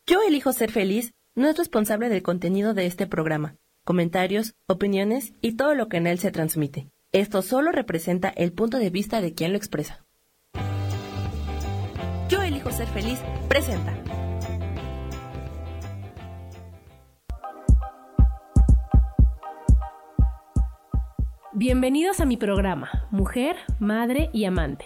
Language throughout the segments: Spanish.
Yo elijo ser feliz no es responsable del contenido de este programa, comentarios, opiniones y todo lo que en él se transmite. Esto solo representa el punto de vista de quien lo expresa. Yo elijo ser feliz presenta. Bienvenidos a mi programa, Mujer, Madre y Amante.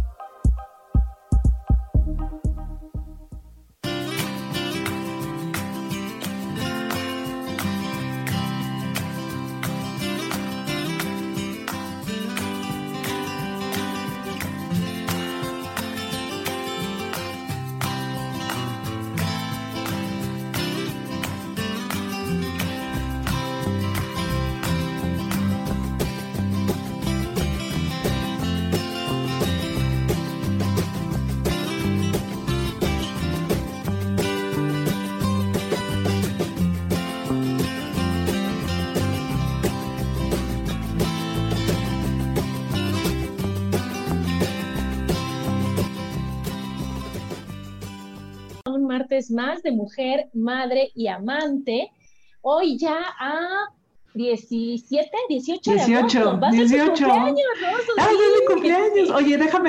Un martes más de Mujer, Madre y Amante. Hoy ya a 17, 18 de agosto. Va a ser tu cumpleaños, Rosso. ¡Ay, es mi cumpleaños! Oye, déjame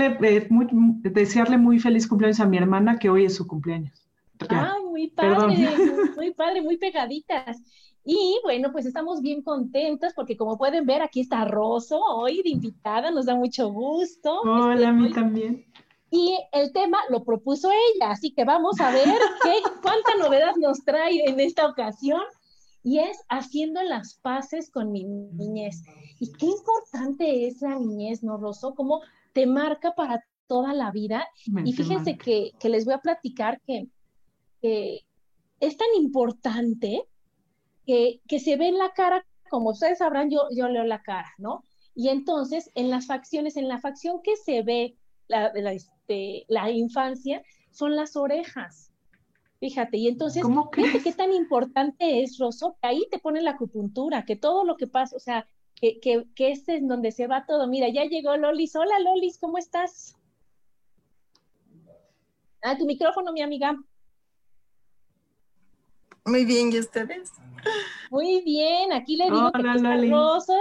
desearle muy feliz cumpleaños a mi hermana, que hoy es su cumpleaños. Ah, muy padre, muy padre, muy pegaditas. Y bueno, pues estamos bien contentas porque como pueden ver, aquí está Rosso hoy de invitada, nos da mucho gusto. Hola, a mí también. Y el tema lo propuso ella, así que vamos a ver cuánta novedad nos trae en esta ocasión. Y es haciendo las paces con mi niñez. Y qué importante es la niñez, ¿no, Rosso? Cómo te marca para toda la vida. Y fíjense que les voy a platicar que es tan importante que se ve en la cara, como ustedes sabrán, yo leo la cara, ¿no? Y entonces, en las facciones, en la facción que se ve la infancia, son las orejas. Fíjate, y entonces, fíjate qué tan importante es, Rosso, que ahí te ponen la acupuntura, que todo lo que pasa, o sea, que es en donde se va todo. Mira, ya llegó Lolis. Hola, Lolis, ¿cómo estás? Ah, tu micrófono, mi amiga. Muy bien, ¿y ustedes? Muy bien, aquí le digo que está Rosso.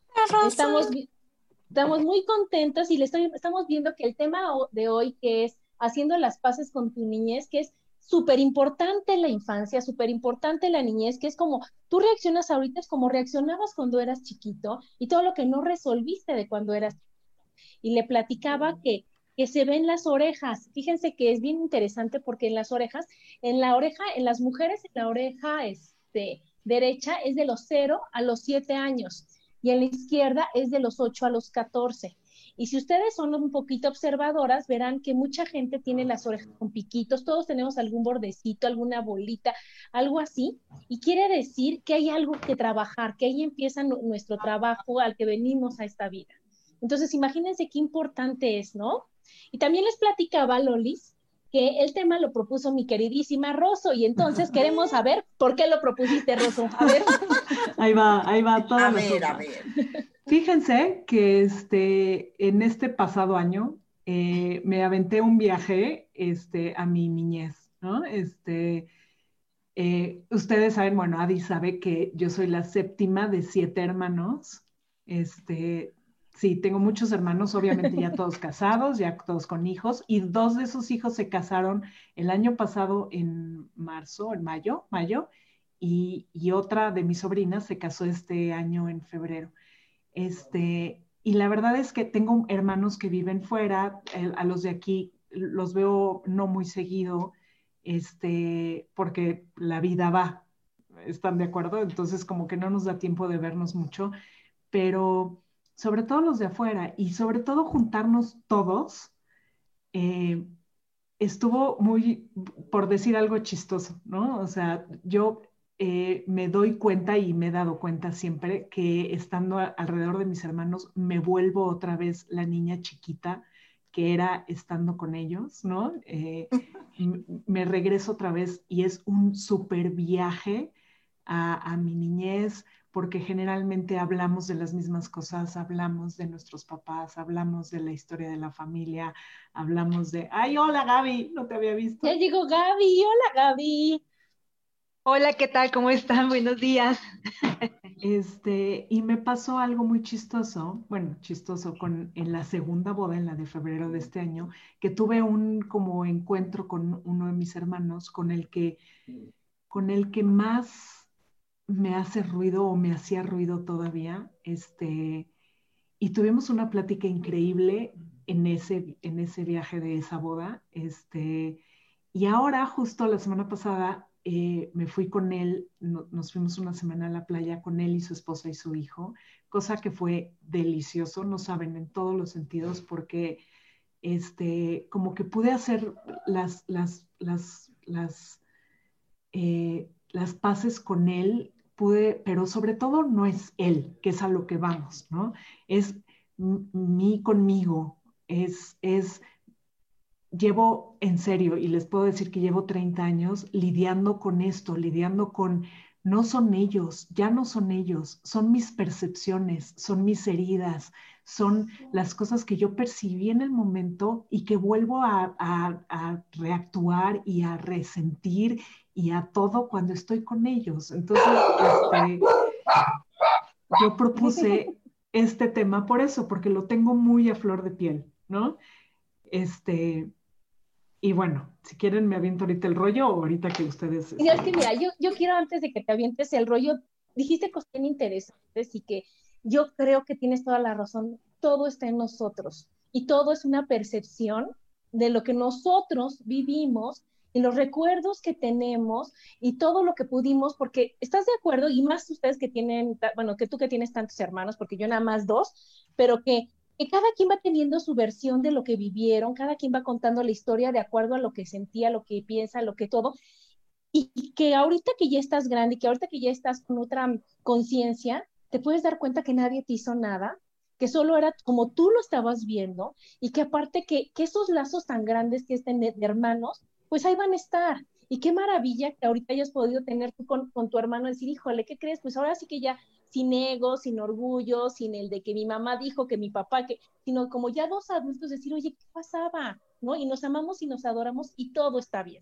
Estamos muy contentas y estamos viendo que el tema de hoy, que es haciendo las paces con tu niñez, que es súper importante la infancia, súper importante la niñez, que es como tú reaccionas ahorita, es como reaccionabas cuando eras chiquito y todo lo que no resolviste de cuando eras chiquito. Y le platicaba que se ven las orejas. Fíjense que es bien interesante porque en las orejas, en las mujeres, en la oreja derecha es de los 0 a los 7 años y en la izquierda es de los 8 a los 14. Y si ustedes son un poquito observadoras, verán que mucha gente tiene las orejas con piquitos, todos tenemos algún bordecito, alguna bolita, algo así, y quiere decir que hay algo que trabajar, que ahí empieza nuestro trabajo al que venimos a esta vida. Entonces, imagínense qué importante es, ¿no? Y también les platicaba, Lolis, que el tema lo propuso mi queridísima Rosso, y entonces queremos saber por qué lo propusiste, Rosso. A ver. Ahí va todo. A ver. Fíjense que en este pasado año me aventé un viaje a mi niñez, ¿no? Ustedes saben, bueno, Adi sabe que yo soy la séptima de 7 hermanos. Sí, tengo muchos hermanos, obviamente ya todos casados, ya todos con hijos, y 2 de esos hijos se casaron el año pasado en mayo, y otra de mis sobrinas se casó este año en febrero. Y la verdad es que tengo hermanos que viven fuera, a los de aquí los veo no muy seguido, porque la vida va, ¿están de acuerdo? Entonces como que no nos da tiempo de vernos mucho, pero sobre todo los de afuera y sobre todo juntarnos todos, estuvo muy, por decir algo chistoso, ¿no? O sea, yo me doy cuenta y me he dado cuenta siempre que estando alrededor de mis hermanos me vuelvo otra vez la niña chiquita que era estando con ellos, ¿no? Me regreso otra vez y es un súper viaje a mi niñez, porque generalmente hablamos de las mismas cosas, hablamos de nuestros papás, hablamos de la historia de la familia, hablamos de, ¡ay, hola Gaby! No te había visto. Ya llegó Gaby. Hola, Gaby. Hola, ¿qué tal? ¿Cómo están? Buenos días. Y me pasó algo muy chistoso, bueno, chistoso en la segunda boda, en la de febrero de este año, que tuve un como encuentro con uno de mis hermanos con el que más me hace ruido o me hacía ruido todavía, y tuvimos una plática increíble en ese viaje de esa boda, y ahora, justo la semana pasada, me fui con él, nos fuimos una semana a la playa con él y su esposa y su hijo, cosa que fue delicioso, no saben, en todos los sentidos, porque como que pude hacer las paces con él, pero sobre todo no es él, que es a lo que vamos, ¿no? Es mí conmigo, llevo en serio, y les puedo decir que llevo 30 años lidiando con esto, lidiando con, no son ellos, ya no son ellos, son mis percepciones, son mis heridas, son las cosas que yo percibí en el momento y que vuelvo a reactuar y a resentir y a todo cuando estoy con ellos. Entonces, yo propuse este tema por eso, porque lo tengo muy a flor de piel, ¿no? Y bueno, si quieren me aviento ahorita el rollo o ahorita que ustedes... Y es que mira, yo quiero antes de que te avientes el rollo, dijiste cosas bien interesantes y que yo creo que tienes toda la razón, todo está en nosotros y todo es una percepción de lo que nosotros vivimos y los recuerdos que tenemos y todo lo que pudimos, porque estás de acuerdo, y más ustedes que tienen, bueno, que tú que tienes tantos hermanos, porque yo nada más dos, pero que cada quien va teniendo su versión de lo que vivieron, cada quien va contando la historia de acuerdo a lo que sentía, lo que piensa, lo que todo, y que ahorita que ya estás grande y que ahorita que ya estás con otra conciencia, te puedes dar cuenta que nadie te hizo nada, que solo era como tú lo estabas viendo, y que aparte que esos lazos tan grandes que estén de hermanos, pues ahí van a estar. Y qué maravilla que ahorita hayas podido tener tú con tu hermano, decir, híjole, ¿qué crees? Pues ahora sí que ya sin ego, sin orgullo, sin el de que mi mamá dijo, que mi papá, sino como ya dos adultos decir, oye, ¿qué pasaba? ¿No? Y nos amamos y nos adoramos y todo está bien.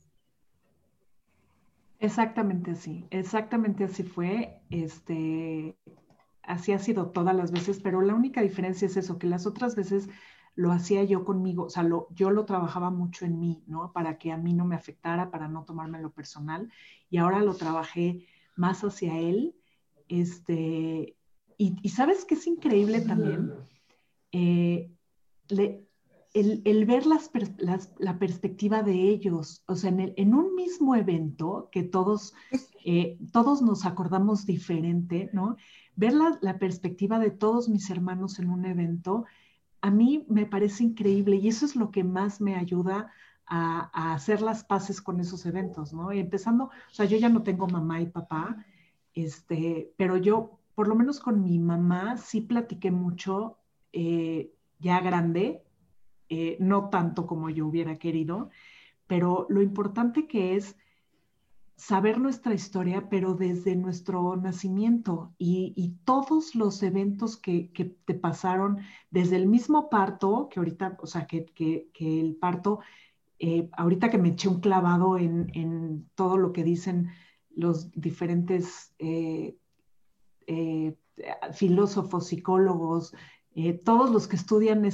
Exactamente así fue, así ha sido todas las veces, pero la única diferencia es eso, que las otras veces lo hacía yo conmigo, o sea, yo lo trabajaba mucho en mí, ¿no? Para que a mí no me afectara, para no tomármelo personal, y ahora lo trabajé más hacia él, y ¿sabes qué es increíble también? El ver la perspectiva de ellos, o sea, en un mismo evento que todos nos acordamos diferente, ¿no? Ver la perspectiva de todos mis hermanos en un evento, a mí me parece increíble y eso es lo que más me ayuda a hacer las paces con esos eventos, ¿no? Y empezando, o sea, yo ya no tengo mamá y papá, pero yo, por lo menos con mi mamá, sí platiqué mucho, ya grande, no tanto como yo hubiera querido, pero lo importante que es saber nuestra historia, pero desde nuestro nacimiento y todos los eventos que te pasaron, desde el mismo parto, que ahorita, o sea, que el parto, ahorita que me eché un clavado en todo lo que dicen los diferentes filósofos, psicólogos, todos los que estudian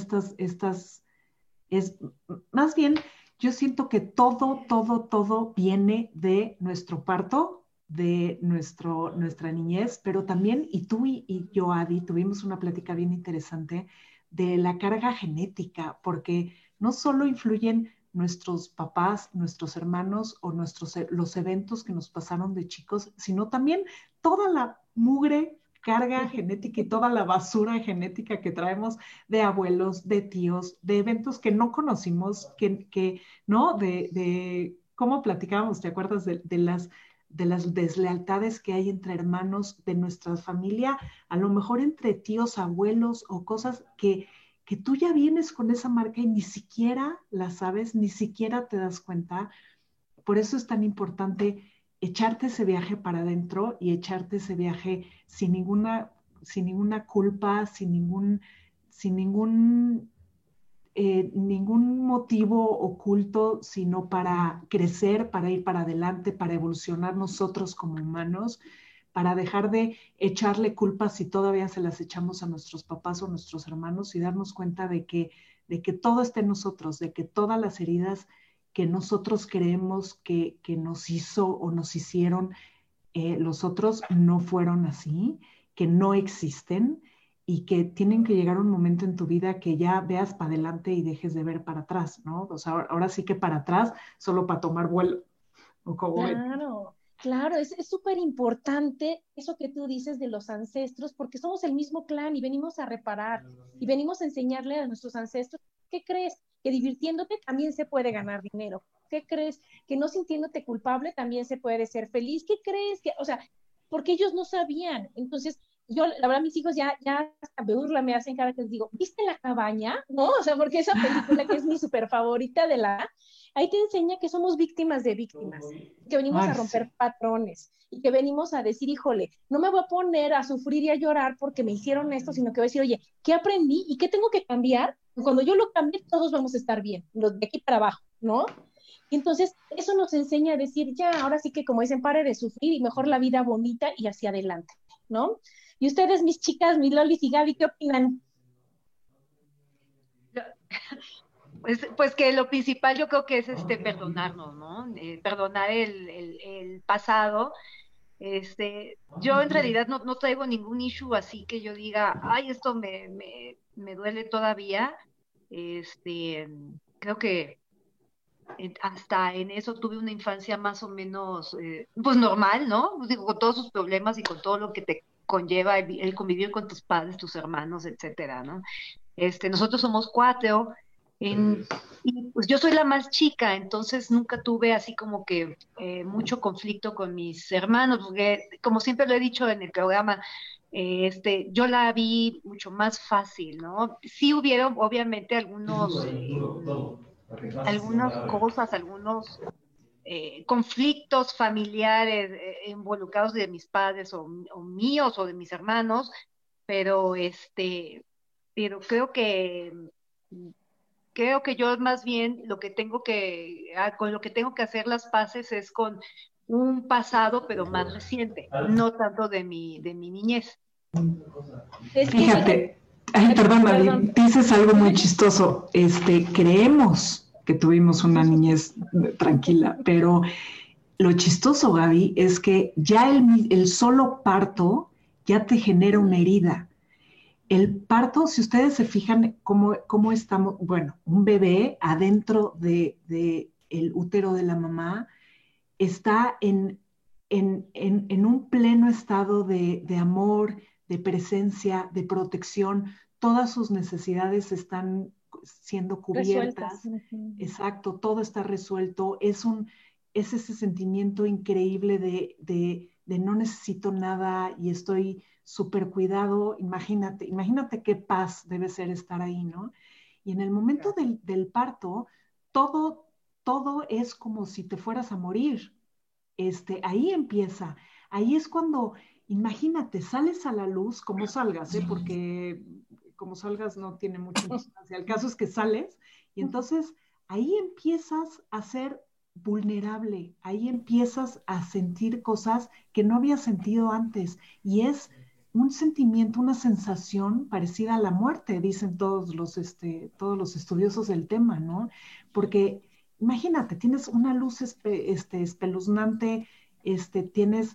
más bien, yo siento que todo viene de nuestro parto, de nuestra niñez, pero también, y tú y yo, Adi, tuvimos una plática bien interesante de la carga genética, porque no solo influyen nuestros papás, nuestros hermanos o los eventos que nos pasaron de chicos, sino también toda la mugre carga genética y toda la basura genética que traemos de abuelos, de tíos, de eventos que no conocimos, ¿no? De cómo platicábamos, ¿te acuerdas de las deslealtades que hay entre hermanos de nuestra familia, a lo mejor entre tíos, abuelos o cosas que tú ya vienes con esa marca y ni siquiera la sabes, ni siquiera te das cuenta? Por eso es tan importante echarte ese viaje para adentro y echarte ese viaje sin ninguna culpa, ningún motivo oculto, sino para crecer, para ir para adelante, para evolucionar nosotros como humanos, para dejar de echarle culpas si todavía se las echamos a nuestros papás o nuestros hermanos y darnos cuenta de que todo está en nosotros, de que todas las heridas que nosotros creemos que nos hizo o nos hicieron los otros no fueron así, que no existen y que tienen que llegar un momento en tu vida que ya veas para adelante y dejes de ver para atrás, ¿no? O sea, ahora sí que para atrás, solo para tomar vuelo. ¿O cómo ven? Claro, es súper importante eso que tú dices de los ancestros, porque somos el mismo clan y venimos a reparar y venimos a enseñarle a nuestros ancestros. ¿Qué crees? Que divirtiéndote también se puede ganar dinero. ¿Qué crees? Que no sintiéndote culpable también se puede ser feliz. ¿Qué crees? O sea, porque ellos no sabían. Entonces, yo, la verdad, mis hijos ya hasta me burla, me hacen cada que les digo, ¿viste La Cabaña? ¿No? O sea, porque esa película que es mi súper favorita ahí te enseña que somos víctimas de víctimas, que venimos a romper patrones y que venimos a decir, híjole, no me voy a poner a sufrir y a llorar porque me hicieron esto, sino que voy a decir, oye, ¿qué aprendí y qué tengo que cambiar? Cuando yo lo cambie, todos vamos a estar bien, los de aquí para abajo, ¿no? Y entonces, eso nos enseña a decir, ya, ahora sí que como dicen, pare de sufrir y mejor la vida bonita y hacia adelante, ¿no? Y ustedes, mis chicas, mis Lolis y Gaby, ¿qué opinan? Pues que lo principal yo creo que es perdonarnos, ¿no? Perdonar el pasado. Yo en realidad no traigo ningún issue así que yo diga, ay, esto me duele todavía. Creo que hasta en eso tuve una infancia más o menos, pues normal, ¿no? Digo, con todos sus problemas y con todo lo que te conlleva el convivir con tus padres, tus hermanos, etcétera, ¿no? Nosotros somos cuatro, y pues yo soy la más chica, entonces nunca tuve así como que mucho conflicto con mis hermanos, porque como siempre lo he dicho en el programa, yo la vi mucho más fácil, ¿no? Sí hubieron obviamente algunas cosas, algunos conflictos familiares involucrados de mis padres o míos o de mis hermanos, pero pero creo que yo más bien con lo que tengo que hacer las paces es con un pasado, pero más reciente, no tanto de mi niñez. Fíjate, ay, perdón, dices algo muy chistoso. Creemos que tuvimos una niñez tranquila, pero lo chistoso, Gaby, es que ya el solo parto ya te genera una herida. El parto, si ustedes se fijan cómo estamos, bueno, un bebé adentro de el útero de la mamá está en un pleno estado de amor, de presencia, de protección. Todas sus necesidades están siendo cubiertas. Resueltas. Exacto, todo está resuelto. Es ese sentimiento increíble de no necesito nada y estoy súper cuidado. Imagínate qué paz debe ser estar ahí, ¿no? Y en el momento del parto, todo es como si te fueras a morir. Ahí empieza. Ahí es cuando, imagínate, sales a la luz, como salgas, porque como salgas no tiene mucha importancia. El caso es que sales y entonces ahí empiezas a ser vulnerable, ahí empiezas a sentir cosas que no habías sentido antes y es un sentimiento, una sensación parecida a la muerte, dicen todos los estudiosos del tema, ¿no? Porque imagínate, tienes una luz espeluznante, tienes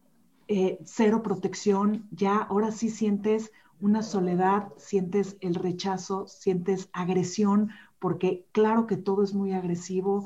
cero protección, ya ahora sí sientes una soledad, sientes el rechazo, sientes agresión, porque claro que todo es muy agresivo,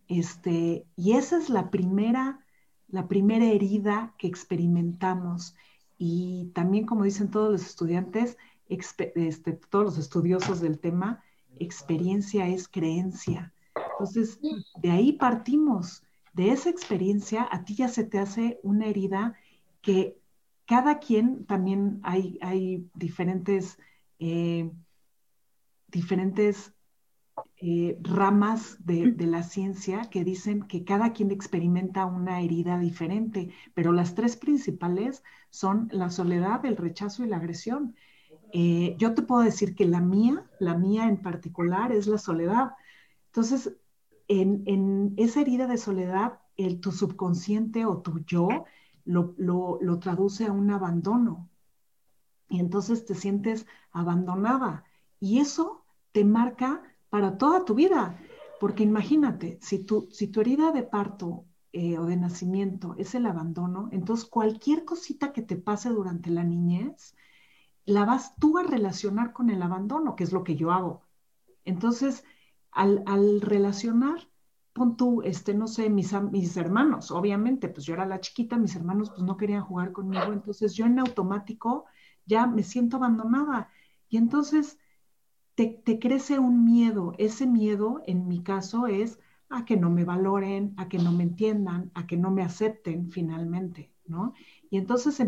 y esa es la primera herida que experimentamos. Y también, como dicen todos los estudiantes, todos los estudiosos del tema, experiencia es creencia. Entonces, de ahí partimos. De esa experiencia, a ti ya se te hace una herida que cada quien, también hay diferentes ramas de la ciencia que dicen que cada quien experimenta una herida diferente, pero las tres principales son la soledad, el rechazo y la agresión. Yo te puedo decir que la mía en particular es la soledad. Entonces, en esa herida de soledad, tu subconsciente o tu yo lo traduce a un abandono. Y entonces te sientes abandonada. Y eso te marca para toda tu vida. Porque imagínate, si tu herida de parto o de nacimiento es el abandono, entonces cualquier cosita que te pase durante la niñez, la vas tú a relacionar con el abandono, que es lo que yo hago. Entonces, al relacionar, pon tú, no sé, mis hermanos, obviamente, pues yo era la chiquita, mis hermanos pues no querían jugar conmigo, entonces yo en automático ya me siento abandonada. Y entonces te crece un miedo. Ese miedo, en mi caso, es a que no me valoren, a que no me entiendan, a que no me acepten finalmente, ¿no? Y entonces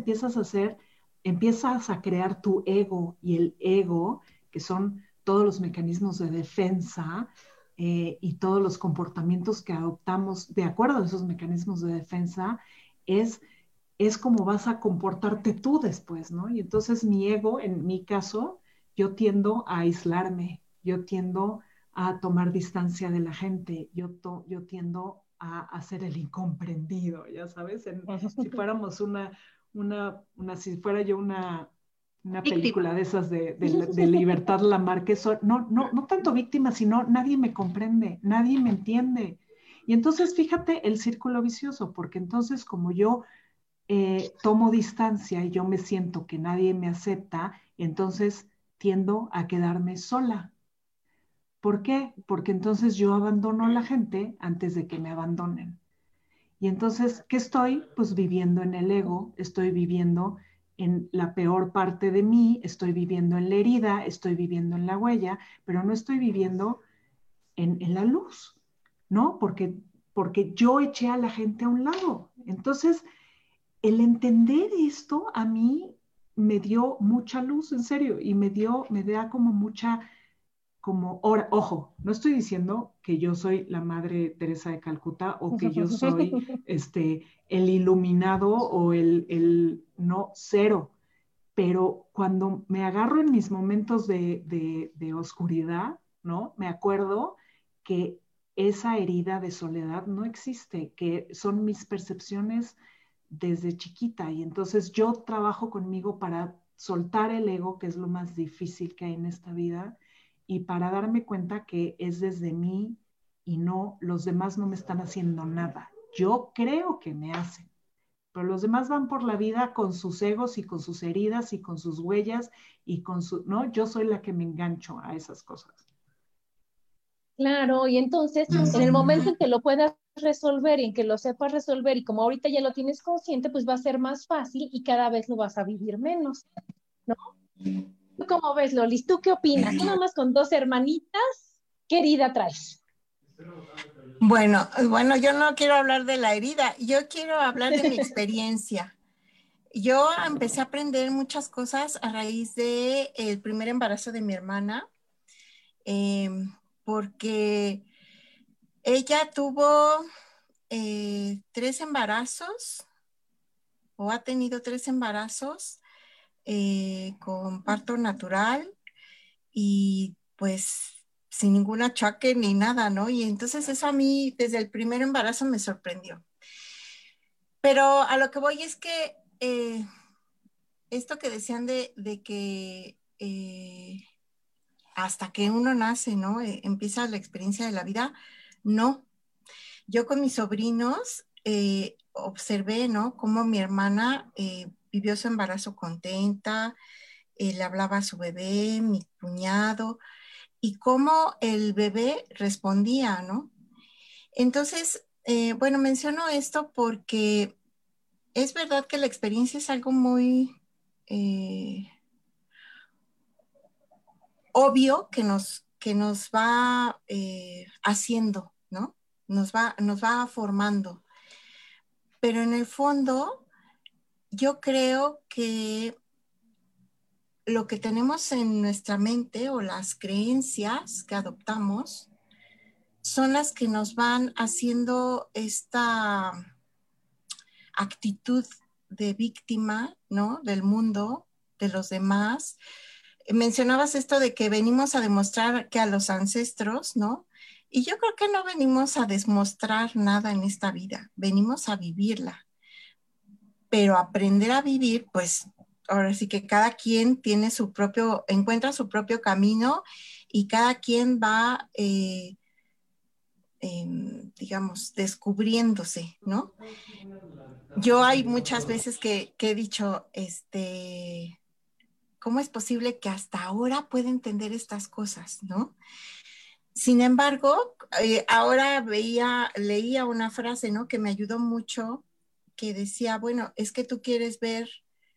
empiezas a crear tu ego, y el ego, que son todos los mecanismos de defensa y todos los comportamientos que adoptamos de acuerdo a esos mecanismos de defensa, es como vas a comportarte tú después, ¿no? Y entonces mi ego, en mi caso, yo tiendo a aislarme, yo tiendo a tomar distancia de la gente, yo tiendo a hacer el incomprendido, ya sabes, si fuéramos si fuera yo una película de esas de Libertad Lamarque, no tanto víctima, sino nadie me comprende, nadie me entiende. Y entonces fíjate el círculo vicioso, porque entonces como yo tomo distancia y yo me siento que nadie me acepta, entonces tiendo a quedarme sola. ¿Por qué? Porque entonces yo abandono a la gente antes de que me abandonen. Y entonces, ¿qué estoy? Pues viviendo en el ego, estoy viviendo en la peor parte de mí, estoy viviendo en la herida, estoy viviendo en la huella, pero no estoy viviendo en la luz, ¿no? Porque yo eché a la gente a un lado. Entonces, el entender esto a mí me dio mucha luz, en serio, y me da como mucha, ahora, ojo, no estoy diciendo que yo soy la Madre Teresa de Calcuta o que yo soy el iluminado o no, cero, pero cuando me agarro en mis momentos de oscuridad, ¿no? Me acuerdo que esa herida de soledad no existe, que son mis percepciones desde chiquita, y entonces yo trabajo conmigo para soltar el ego, que es lo más difícil que hay en esta vida, y para darme cuenta que es desde mí y no, los demás no me están haciendo nada. Yo creo que me hacen, pero los demás van por la vida con sus egos y con sus heridas y con sus huellas y ¿no? Yo soy la que me engancho a esas cosas. Claro, y entonces en el momento en que lo puedas resolver y en que lo sepas resolver y como ahorita ya lo tienes consciente, pues va a ser más fácil y cada vez lo vas a vivir menos, ¿no? ¿Tú cómo ves, Lolis? ¿Tú qué opinas? Tú nada más con 2 hermanitas, ¿qué herida traes? Bueno, yo no quiero hablar de la herida, yo quiero hablar de mi experiencia. Yo empecé a aprender muchas cosas a raíz del primer embarazo de mi hermana, porque ella tuvo 3 embarazos, o ha tenido 3 embarazos con parto natural y pues sin ningún achaque ni nada, ¿no? Y entonces eso a mí desde el primer embarazo me sorprendió. Pero a lo que voy es que esto que decían de que hasta que uno nace, ¿no? Empieza la experiencia de la vida, no. Yo con mis sobrinos observé, ¿no? Cómo mi hermana vivió su embarazo contenta, le hablaba a su bebé, mi cuñado, y cómo el bebé respondía, ¿no? Entonces, bueno, menciono esto porque es verdad que la experiencia es algo muy obvio que nos va haciendo, ¿no? Nos va formando. Pero en el fondo, yo creo que lo que tenemos en nuestra mente o las creencias que adoptamos son las que nos van haciendo esta actitud de víctima, ¿no? Del mundo, de los demás. Mencionabas esto de que venimos a demostrar que a los ancestros, ¿no? Y yo creo que no venimos a demostrar nada en esta vida, venimos a vivirla. Pero aprender a vivir, pues ahora sí que cada quien tiene encuentra su propio camino y cada quien va, digamos, descubriéndose, ¿no? Yo hay muchas veces que he dicho, ¿cómo es posible que hasta ahora pueda entender estas cosas, ¿no? Sin embargo, ahora leía una frase, ¿no? Que me ayudó mucho, que decía, bueno, es que tú quieres ver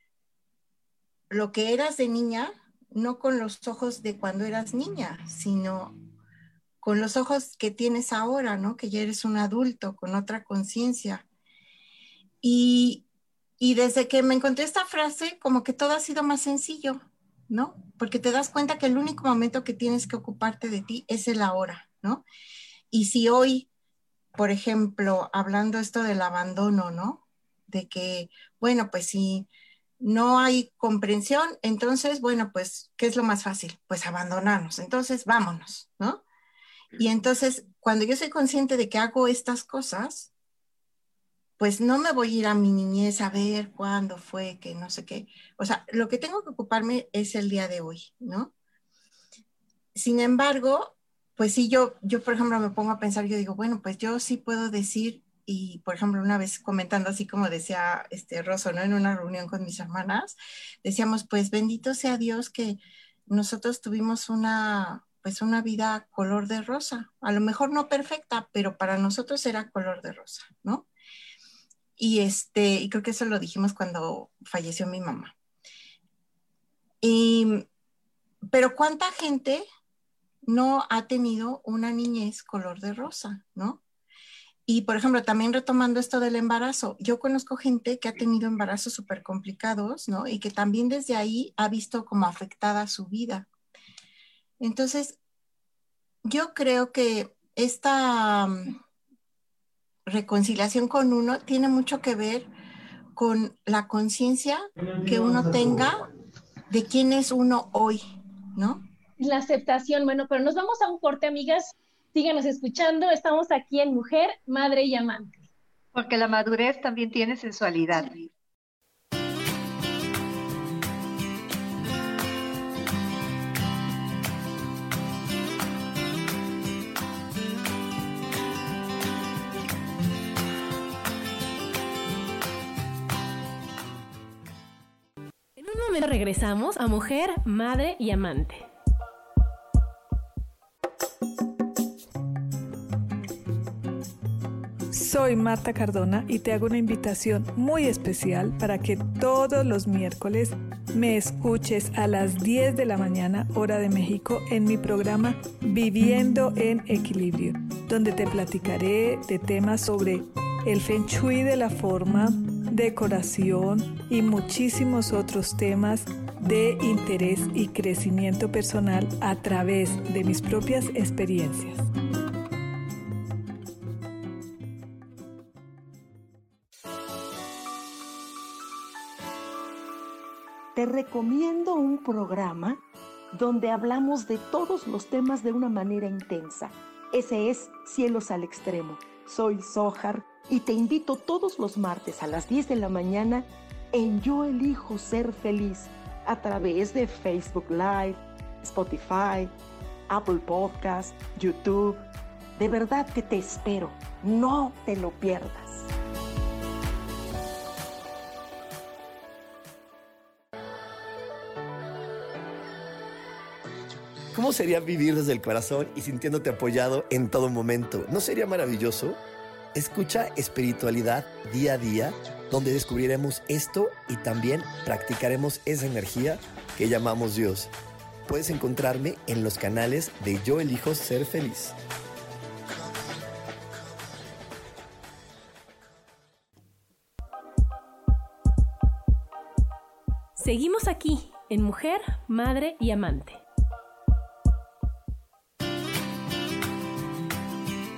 lo que eras de niña, no con los ojos de cuando eras niña, sino con los ojos que tienes ahora, ¿no? Que ya eres un adulto con otra conciencia. Y desde que me encontré esta frase, como que todo ha sido más sencillo, ¿no? Porque te das cuenta que el único momento que tienes que ocuparte de ti es el ahora, ¿no? Y si hoy, por ejemplo, hablando esto del abandono, ¿no? De que, bueno, pues si no hay comprensión, entonces, bueno, pues, ¿qué es lo más fácil? Pues abandonarnos. Entonces, vámonos, ¿no? Y entonces, cuando yo soy consciente de que hago estas cosas, pues no me voy a ir a mi niñez a ver cuándo fue, que no sé qué. O sea, lo que tengo que ocuparme es el día de hoy, ¿no? Sin embargo, pues sí, yo por ejemplo me pongo a pensar, yo digo, bueno, pues yo sí puedo decir, y por ejemplo una vez comentando así como decía Rosso, ¿no? En una reunión con mis hermanas, decíamos, pues bendito sea Dios que nosotros tuvimos una vida color de rosa. A lo mejor no perfecta, pero para nosotros era color de rosa, ¿no? Y creo que eso lo dijimos cuando falleció mi mamá. Pero ¿cuánta gente no ha tenido una niñez color de rosa, ¿no? Y, por ejemplo, también retomando esto del embarazo, yo conozco gente que ha tenido embarazos súper complicados, ¿no? Y que también desde ahí ha visto como afectada su vida. Entonces, yo creo que esta reconciliación con uno tiene mucho que ver con la conciencia que uno tenga de quién es uno hoy, ¿no? La aceptación, bueno, pero nos vamos a un corte, amigas. Síganos escuchando. Estamos aquí en Mujer, Madre y Amante. Porque la madurez también tiene sensualidad. En un momento regresamos a Mujer, Madre y Amante. Soy Marta Cardona y te hago una invitación muy especial para que todos los miércoles me escuches a las 10 de la mañana, hora de México, en mi programa Viviendo en Equilibrio, donde te platicaré de temas sobre el Feng Shui de la forma, decoración y muchísimos otros temas de interés y crecimiento personal a través de mis propias experiencias. Te recomiendo un programa donde hablamos de todos los temas de una manera intensa. Ese es Cielos al Extremo. Soy Sohar y te invito todos los martes a las 10 de la mañana en Yo Elijo Ser Feliz a través de Facebook Live, Spotify, Apple Podcast, YouTube. De verdad que te espero. No te lo pierdas. ¿Cómo sería vivir desde el corazón y sintiéndote apoyado en todo momento? ¿No sería maravilloso? Escucha Espiritualidad Día a Día, donde descubriremos esto y también practicaremos esa energía que llamamos Dios. Puedes encontrarme en los canales de Yo Elijo Ser Feliz. Seguimos aquí en Mujer, Madre y Amante.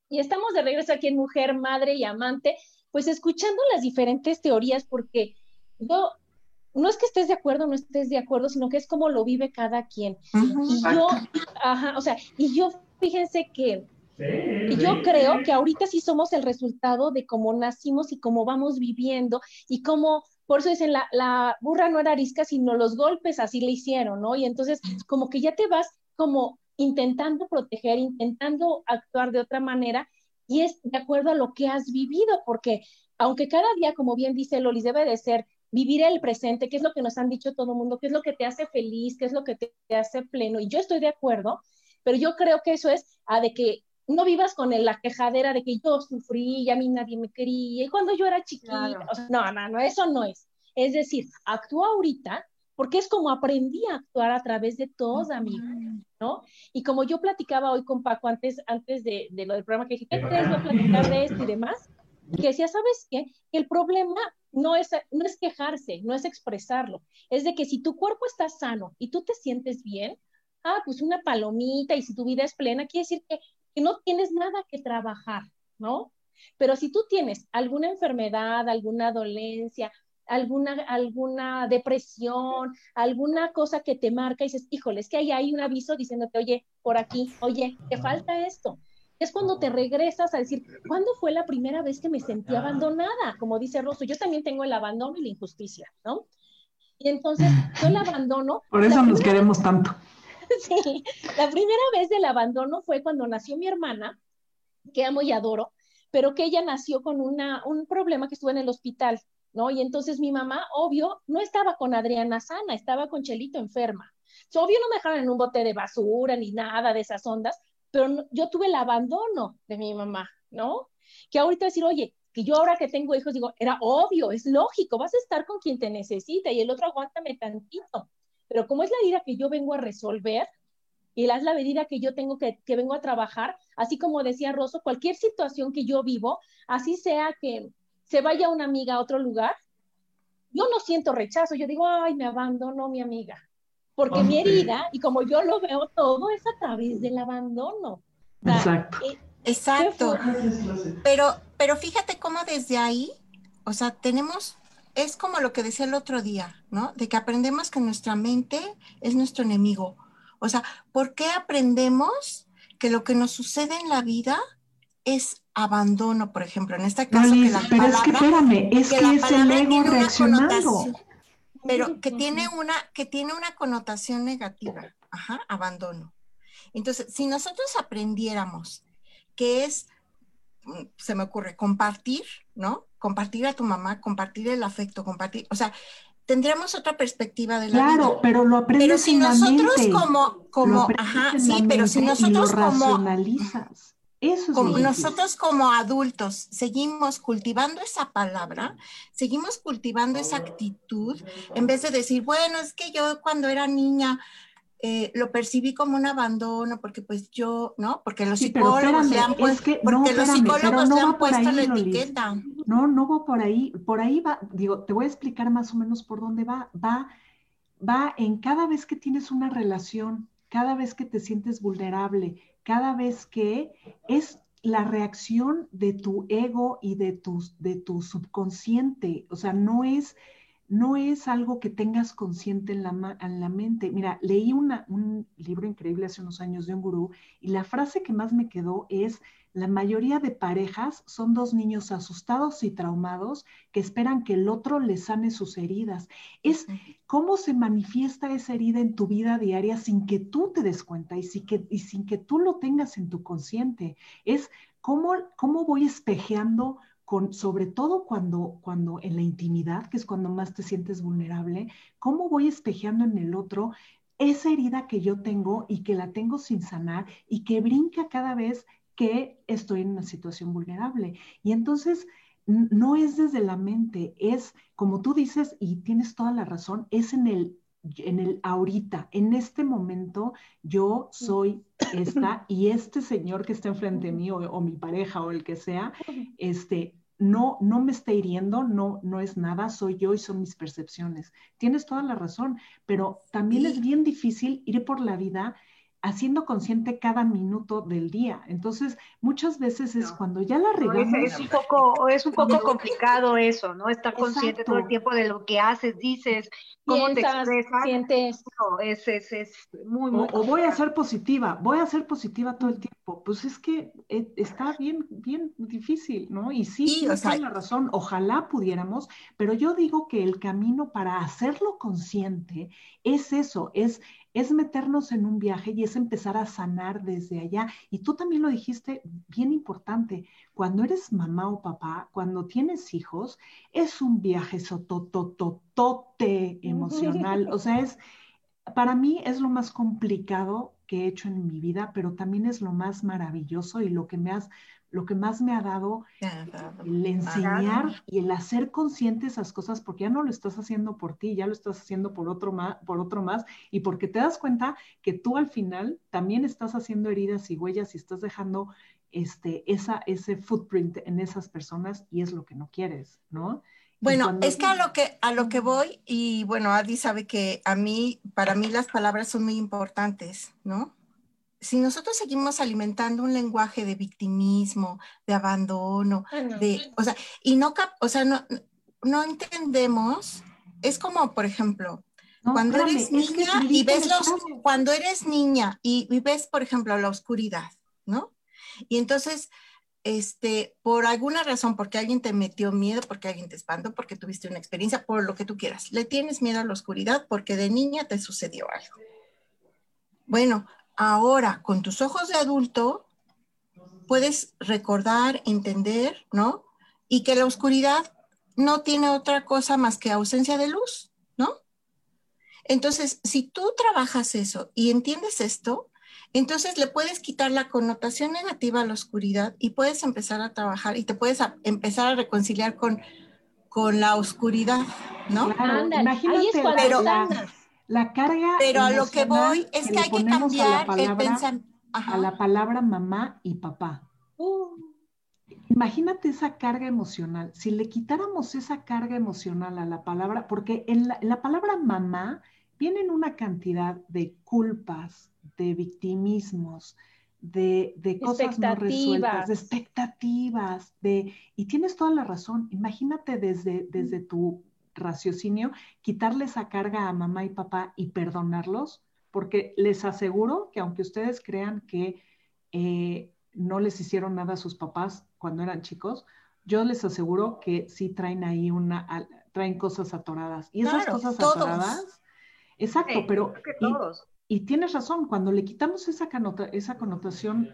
Y estamos de regreso aquí en Mujer, Madre y Amante, pues escuchando las diferentes teorías, porque yo, no es que estés de acuerdo o no estés de acuerdo, sino que es como lo vive cada quien. Y yo, o sea, y yo, fíjense que yo creo que ahorita sí somos el resultado de cómo nacimos y cómo vamos viviendo y cómo, por eso dicen, la burra no era arisca, sino los golpes así le hicieron, ¿no? Y entonces como que ya te vas como intentando proteger, intentando actuar de otra manera y es de acuerdo a lo que has vivido, porque aunque cada día, como bien dice Lolis, debe de ser vivir el presente, que es lo que nos han dicho todo el mundo, qué es lo que te hace feliz, qué es lo que te hace pleno, y yo estoy de acuerdo, pero yo creo que eso es de que no vivas con la quejadera de que yo sufrí y a mí nadie me quería y cuando yo era chiquita, claro. O sea, no, eso no es. Es decir, actúa ahorita porque es como aprendí a actuar a través de toda mi vida, ¿no? Y como yo platicaba hoy con Paco antes de lo del programa, que dije, ¿qué crees? Voy a platicar de esto y demás, que decía, ¿sabes qué? El problema no es quejarse, no es expresarlo, es de que si tu cuerpo está sano y tú te sientes bien, pues una palomita y si tu vida es plena, quiere decir que no tienes nada que trabajar, ¿no? Pero si tú tienes alguna enfermedad, alguna dolencia, alguna depresión, alguna cosa que te marca y dices, híjole, es que ahí hay un aviso diciéndote, oye, por aquí, oye, te falta esto. Es cuando te regresas a decir, ¿cuándo fue la primera vez que me sentí abandonada? Como dice Rosso, yo también tengo el abandono y la injusticia, ¿no? Y entonces, yo el abandono... Por eso nos queremos tanto. Sí, la primera vez del abandono fue cuando nació mi hermana, que amo y adoro, pero que ella nació con un problema que estuvo en el hospital, ¿no? Y entonces mi mamá, obvio, no estaba con Adriana sana, estaba con Chelito enferma. Obvio no me dejaron en un bote de basura ni nada de esas ondas, pero no, yo tuve el abandono de mi mamá, ¿no? Que ahorita decir, oye, que yo ahora que tengo hijos digo, era obvio, es lógico, vas a estar con quien te necesita y el otro aguántame tantito. Pero como es la herida que yo vengo a resolver y es la herida que yo tengo que vengo a trabajar, así como decía Rosso, cualquier situación que yo vivo, así sea que se vaya una amiga a otro lugar, yo no siento rechazo, yo digo, ay, me abandonó mi amiga, porque mi herida, y como yo lo veo todo, es a través del abandono. Exacto. Exacto. Pero fíjate cómo desde ahí, o sea, tenemos... Es como lo que decía el otro día, ¿no? De que aprendemos que nuestra mente es nuestro enemigo. O sea, ¿por qué aprendemos que lo que nos sucede en la vida es abandono, por ejemplo? En este caso, Liz, que la pero palabra... es que espérame, es que es el ego reaccionando. Pero que tiene una connotación negativa. Ajá, abandono. Entonces, si nosotros aprendiéramos que es... se me ocurre, compartir, ¿no? Compartir a tu mamá, compartir el afecto, compartir, o sea, tendríamos otra perspectiva de la vida. Claro, pero lo aprendes si en nosotros la mente. como, ajá, sí, pero si nosotros racionalizas. Eso es como nosotros como adultos seguimos cultivando esa palabra, seguimos cultivando esa actitud, en vez de decir, bueno, es que yo cuando era niña lo percibí como un abandono, porque pues yo, ¿no? Porque los psicólogos le han puesto, la etiqueta. No va por ahí va, digo, te voy a explicar más o menos por dónde va en cada vez que tienes una relación, cada vez que te sientes vulnerable, cada vez que es la reacción de tu ego y de tu subconsciente, o sea, no es algo que tengas consciente en la mente. Mira, leí un libro increíble hace unos años de un gurú y la frase que más me quedó es, la mayoría de parejas son dos niños asustados y traumados que esperan que el otro les sane sus heridas. Es cómo se manifiesta esa herida en tu vida diaria sin que tú te des cuenta y sin que tú lo tengas en tu consciente. Es cómo voy espejeando sobre todo cuando en la intimidad, que es cuando más te sientes vulnerable, cómo voy espejeando en el otro esa herida que yo tengo y que la tengo sin sanar y que brinca cada vez que estoy en una situación vulnerable. Y entonces no es desde la mente, es como tú dices y tienes toda la razón, es en el ahorita, en este momento yo soy esta y este señor que está enfrente de mí o mi pareja o el que sea, no me está hiriendo, no es nada, soy yo y son mis percepciones. Tienes toda la razón, pero también es bien difícil ir por la vida haciendo consciente cada minuto del día. Entonces, muchas veces es cuando ya la regamos. Es un poco complicado eso, ¿no? Estar consciente todo el tiempo de lo que haces, dices, cómo te expresas. Sientes. No, es muy, muy o voy a ser positiva todo el tiempo. Pues es que está bien, bien difícil, ¿no? Y sí, tienes toda la razón, ojalá pudiéramos, pero yo digo que el camino para hacerlo consciente es eso, es meternos en un viaje y es empezar a sanar desde allá. Y tú también lo dijiste, bien importante, cuando eres mamá o papá, cuando tienes hijos, es un viaje sotototote emocional. O sea, para mí es lo más complicado que he hecho en mi vida, pero también es lo más maravilloso y lo que más me ha dado el enseñar y el hacer consciente esas cosas, porque ya no lo estás haciendo por ti, ya lo estás haciendo por otro más, y porque te das cuenta que tú al final también estás haciendo heridas y huellas y estás dejando ese footprint en esas personas, y es lo que no quieres, ¿no? Bueno, es que a lo que voy, y bueno, Adi sabe que para mí las palabras son muy importantes, ¿no? Si nosotros seguimos alimentando un lenguaje de victimismo, de abandono, no entendemos, es como, por ejemplo, cuando eres niña y ves cuando eres niña y ves, por ejemplo, la oscuridad, ¿no? Y entonces, por alguna razón, porque alguien te metió miedo, porque alguien te espantó, porque tuviste una experiencia, por lo que tú quieras, le tienes miedo a la oscuridad porque de niña te sucedió algo. Bueno, ahora, con tus ojos de adulto, puedes recordar, entender, ¿no? Y que la oscuridad no tiene otra cosa más que ausencia de luz, ¿no? Entonces, si tú trabajas eso y entiendes esto, entonces le puedes quitar la connotación negativa a la oscuridad y puedes empezar a trabajar y te puedes empezar a reconciliar con la oscuridad, ¿no? Claro, imagínate la carga. Pero a lo que voy es que hay que cambiar el pensamiento. A la palabra mamá y papá. Imagínate esa carga emocional. Si le quitáramos esa carga emocional a la palabra, porque en la palabra mamá vienen una cantidad de culpas, de victimismos, de cosas no resueltas, de expectativas, y tienes toda la razón. Imagínate desde tu raciocinio, quitarle esa carga a mamá y papá y perdonarlos, porque les aseguro que aunque ustedes crean que no les hicieron nada a sus papás cuando eran chicos, yo les aseguro que sí traen ahí traen cosas atoradas. Y esas cosas atoradas, exacto, pero y tienes razón, cuando le quitamos esa connotación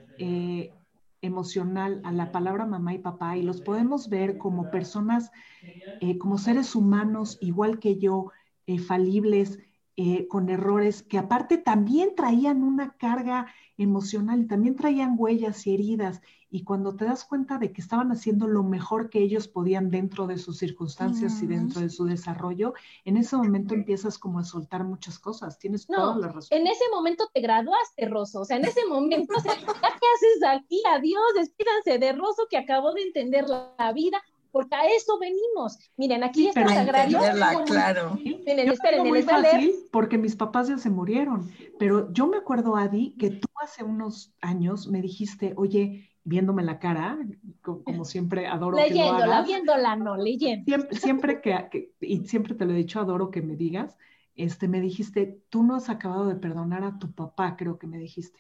emocional a la palabra mamá y papá y los podemos ver como personas, como seres humanos, igual que yo, falibles, con errores, que aparte también traían una carga emocional y también traían huellas y heridas, y cuando te das cuenta de que estaban haciendo lo mejor que ellos podían dentro de sus circunstancias y dentro de su desarrollo, en ese momento empiezas como a soltar muchas cosas. Tienes toda la razón. En ese momento te graduaste, Rosso, o sea, en ese momento, ¿ya qué haces aquí? Adiós, despídanse de Rosso, que acabó de entender la vida, porque a eso venimos. Miren, aquí está Sagrario. Claro. Miren, esperen, muy fácil porque mis papás ya se murieron, pero yo me acuerdo, Adi, que tú hace unos años me dijiste, oye, viéndome la cara, como siempre adoro leyéndola, que lo hagas. Viéndola, no, leyendo. Siempre y siempre te lo he dicho, adoro que me digas, me dijiste, tú no has acabado de perdonar a tu papá, creo que me dijiste.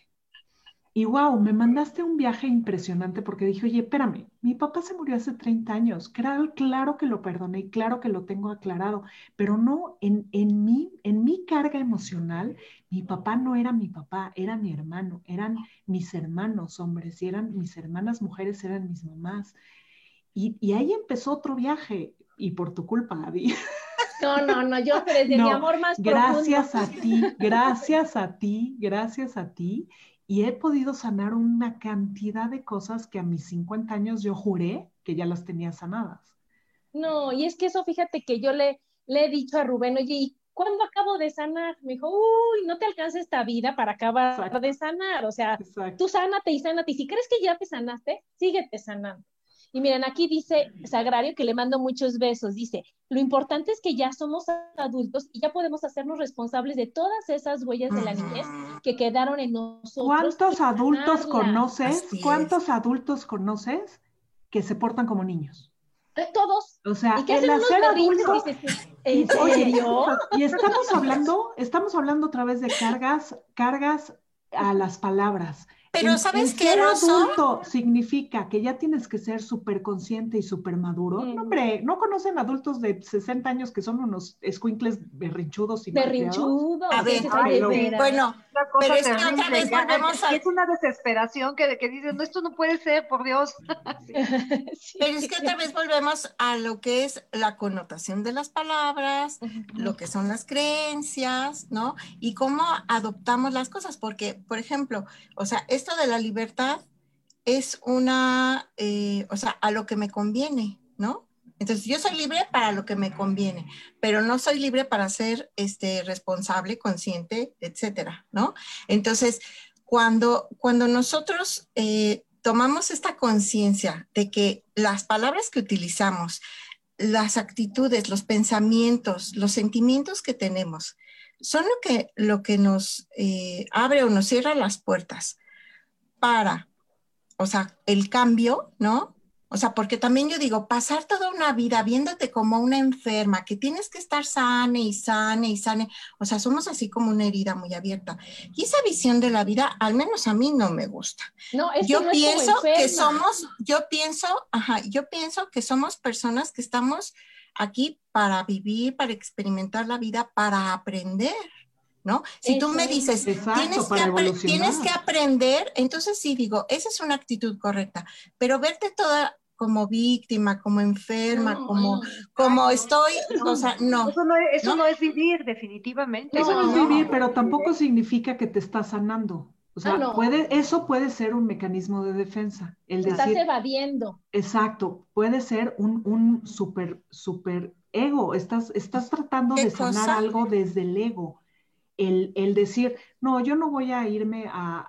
Y wow, me mandaste un viaje impresionante porque dije, oye, espérame, mi papá se murió hace 30 años, claro que lo perdoné y claro que lo tengo aclarado, pero no, en mi carga emocional, mi papá no era mi papá, era mi hermano, eran mis hermanos hombres y eran mis hermanas mujeres, eran mis mamás. Y ahí empezó otro viaje, y por tu culpa, Adi. No, yo desde mi amor más gracias profundo. Gracias a ti. Y he podido sanar una cantidad de cosas que a mis 50 años yo juré que ya las tenía sanadas. No, y es que eso, fíjate que yo le he dicho a Rubén, oye, ¿y cuándo acabo de sanar? Me dijo, uy, no te alcanza esta vida para acabar de sanar. O sea, tú sánate y sánate. Y si crees que ya te sanaste, síguete sanando. Y miren, aquí dice Sagrario, que le mando muchos besos, dice, lo importante es que ya somos adultos y ya podemos hacernos responsables de todas esas huellas de la niñez que quedaron en nosotros. ¿Cuántos adultos conoces? Así es. ¿Cuántos adultos conoces que se portan como niños? Todos. O sea, ¿Y qué el hacen unos hacer berrinches? adulto. Dices, ¿en serio? Y estamos hablando otra vez de cargas a las palabras. Pero ¿sabes qué, ser Rosso? adulto significa que ya tienes que ser súper consciente y súper maduro. No, hombre, ¿no conocen adultos de 60 años que son unos escuincles berrinchudos y malcriados? Berrinchudos. A ver, Ay, no. bueno, Una cosa pero es que terrible, otra vez ya, volvemos a... es una desesperación que dices, no, esto no puede ser, por Dios. Sí. Sí. Pero es que otra vez volvemos a lo que es la connotación de las palabras, lo que son las creencias, ¿no? Y cómo adoptamos las cosas, porque, por ejemplo, o sea, esto de la libertad es una, o sea, a lo que me conviene, ¿no? Entonces, yo soy libre para lo que me conviene, pero no soy libre para ser responsable, consciente, etcétera, ¿no? Entonces, cuando nosotros tomamos esta conciencia de que las palabras que utilizamos, las actitudes, los pensamientos, los sentimientos que tenemos, son lo que nos abre o nos cierra las puertas para, o sea, el cambio, ¿no? O sea, porque también yo digo, pasar toda una vida viéndote como una enferma, que tienes que estar sana y sana y sana, o sea, somos así como una herida muy abierta. Y esa visión de la vida, al menos a mí no me gusta. No, es yo que no pienso es como que enferma. somos, yo pienso que somos personas que estamos aquí para vivir, para experimentar la vida, para aprender, ¿no? Si tú me dices, Exacto, para evolucionar. tienes que aprender, entonces sí digo, esa es una actitud correcta, pero verte toda como víctima, como enferma, como estoy, o sea, no. Eso no es vivir, definitivamente. Eso no es vivir, pero tampoco significa que te estás sanando. O sea, eso puede ser un mecanismo de defensa. El Estás decir, evadiendo. exacto, puede ser un super ego. Estás tratando de sanar algo desde el ego. El decir, no, yo no voy a irme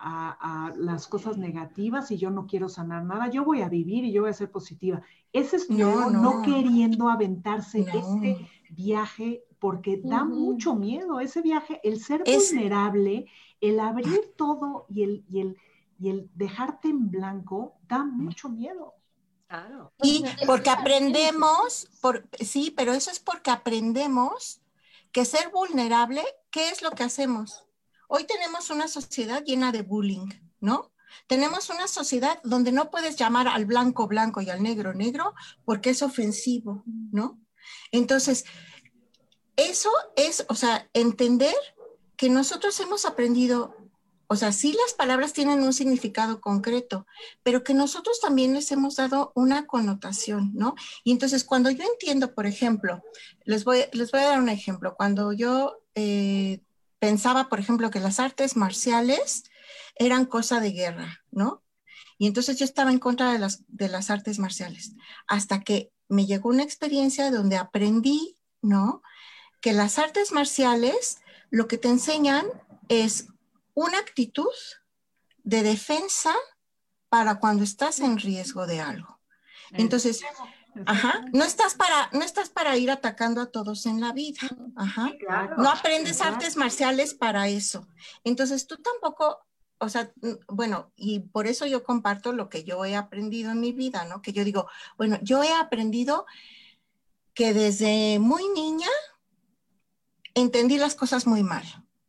a las cosas negativas y yo no quiero sanar nada, yo voy a vivir y yo voy a ser positiva. Ese es tu ego no queriendo aventarse ese viaje, porque da mucho miedo ese viaje, el ser vulnerable, el abrir todo y el dejarte en blanco, da mucho miedo. Claro. Y porque aprendemos, sí, pero eso es porque aprendemos que ser vulnerable, ¿qué es lo que hacemos? Hoy tenemos una sociedad llena de bullying, ¿no? Tenemos una sociedad donde no puedes llamar al blanco blanco y al negro negro porque es ofensivo, ¿no? Entonces, eso es, o sea, entender que nosotros hemos aprendido, o sea, sí las palabras tienen un significado concreto, pero que nosotros también les hemos dado una connotación, ¿no? Y entonces cuando yo entiendo, por ejemplo, les voy a dar un ejemplo. Cuando yo pensaba, por ejemplo, que las artes marciales eran cosa de guerra, ¿no? Y entonces yo estaba en contra de las artes marciales, hasta que me llegó una experiencia donde aprendí, ¿no? Que las artes marciales lo que te enseñan es una actitud de defensa para cuando estás en riesgo de algo. Entonces, no estás para ir atacando a todos en la vida. Sí, claro. No aprendes artes marciales para eso. Entonces, tú tampoco, o sea, bueno, y por eso yo comparto lo que yo he aprendido en mi vida, ¿no? Que yo digo, bueno, yo he aprendido que desde muy niña entendí las cosas muy mal.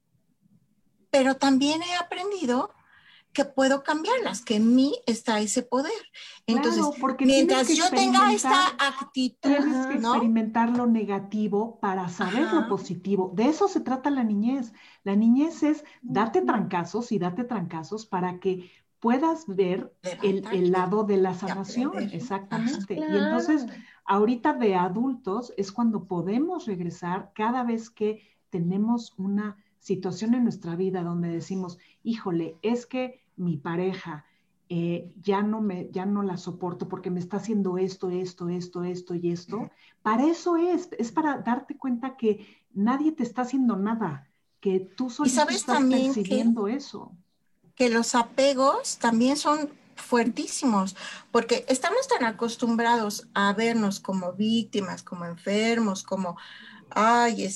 Pero también he aprendido que puedo cambiarlas, que en mí está ese poder. Entonces, claro, mientras yo tenga esta actitud, tienes que experimentar lo negativo para saber lo positivo. De eso se trata la niñez. La niñez es date trancazos y date trancazos para que puedas ver el lado de la sanación. Exactamente. Claro. Y entonces, ahorita de adultos es cuando podemos regresar cada vez que tenemos una situación en nuestra vida donde decimos, híjole, es que mi pareja ya no la soporto porque me está haciendo esto y esto. Para eso es para darte cuenta que nadie te está haciendo nada, que tú solo estás percibiendo eso. Que los apegos también son fuertísimos, porque estamos tan acostumbrados a vernos como víctimas, como enfermos, como, ay,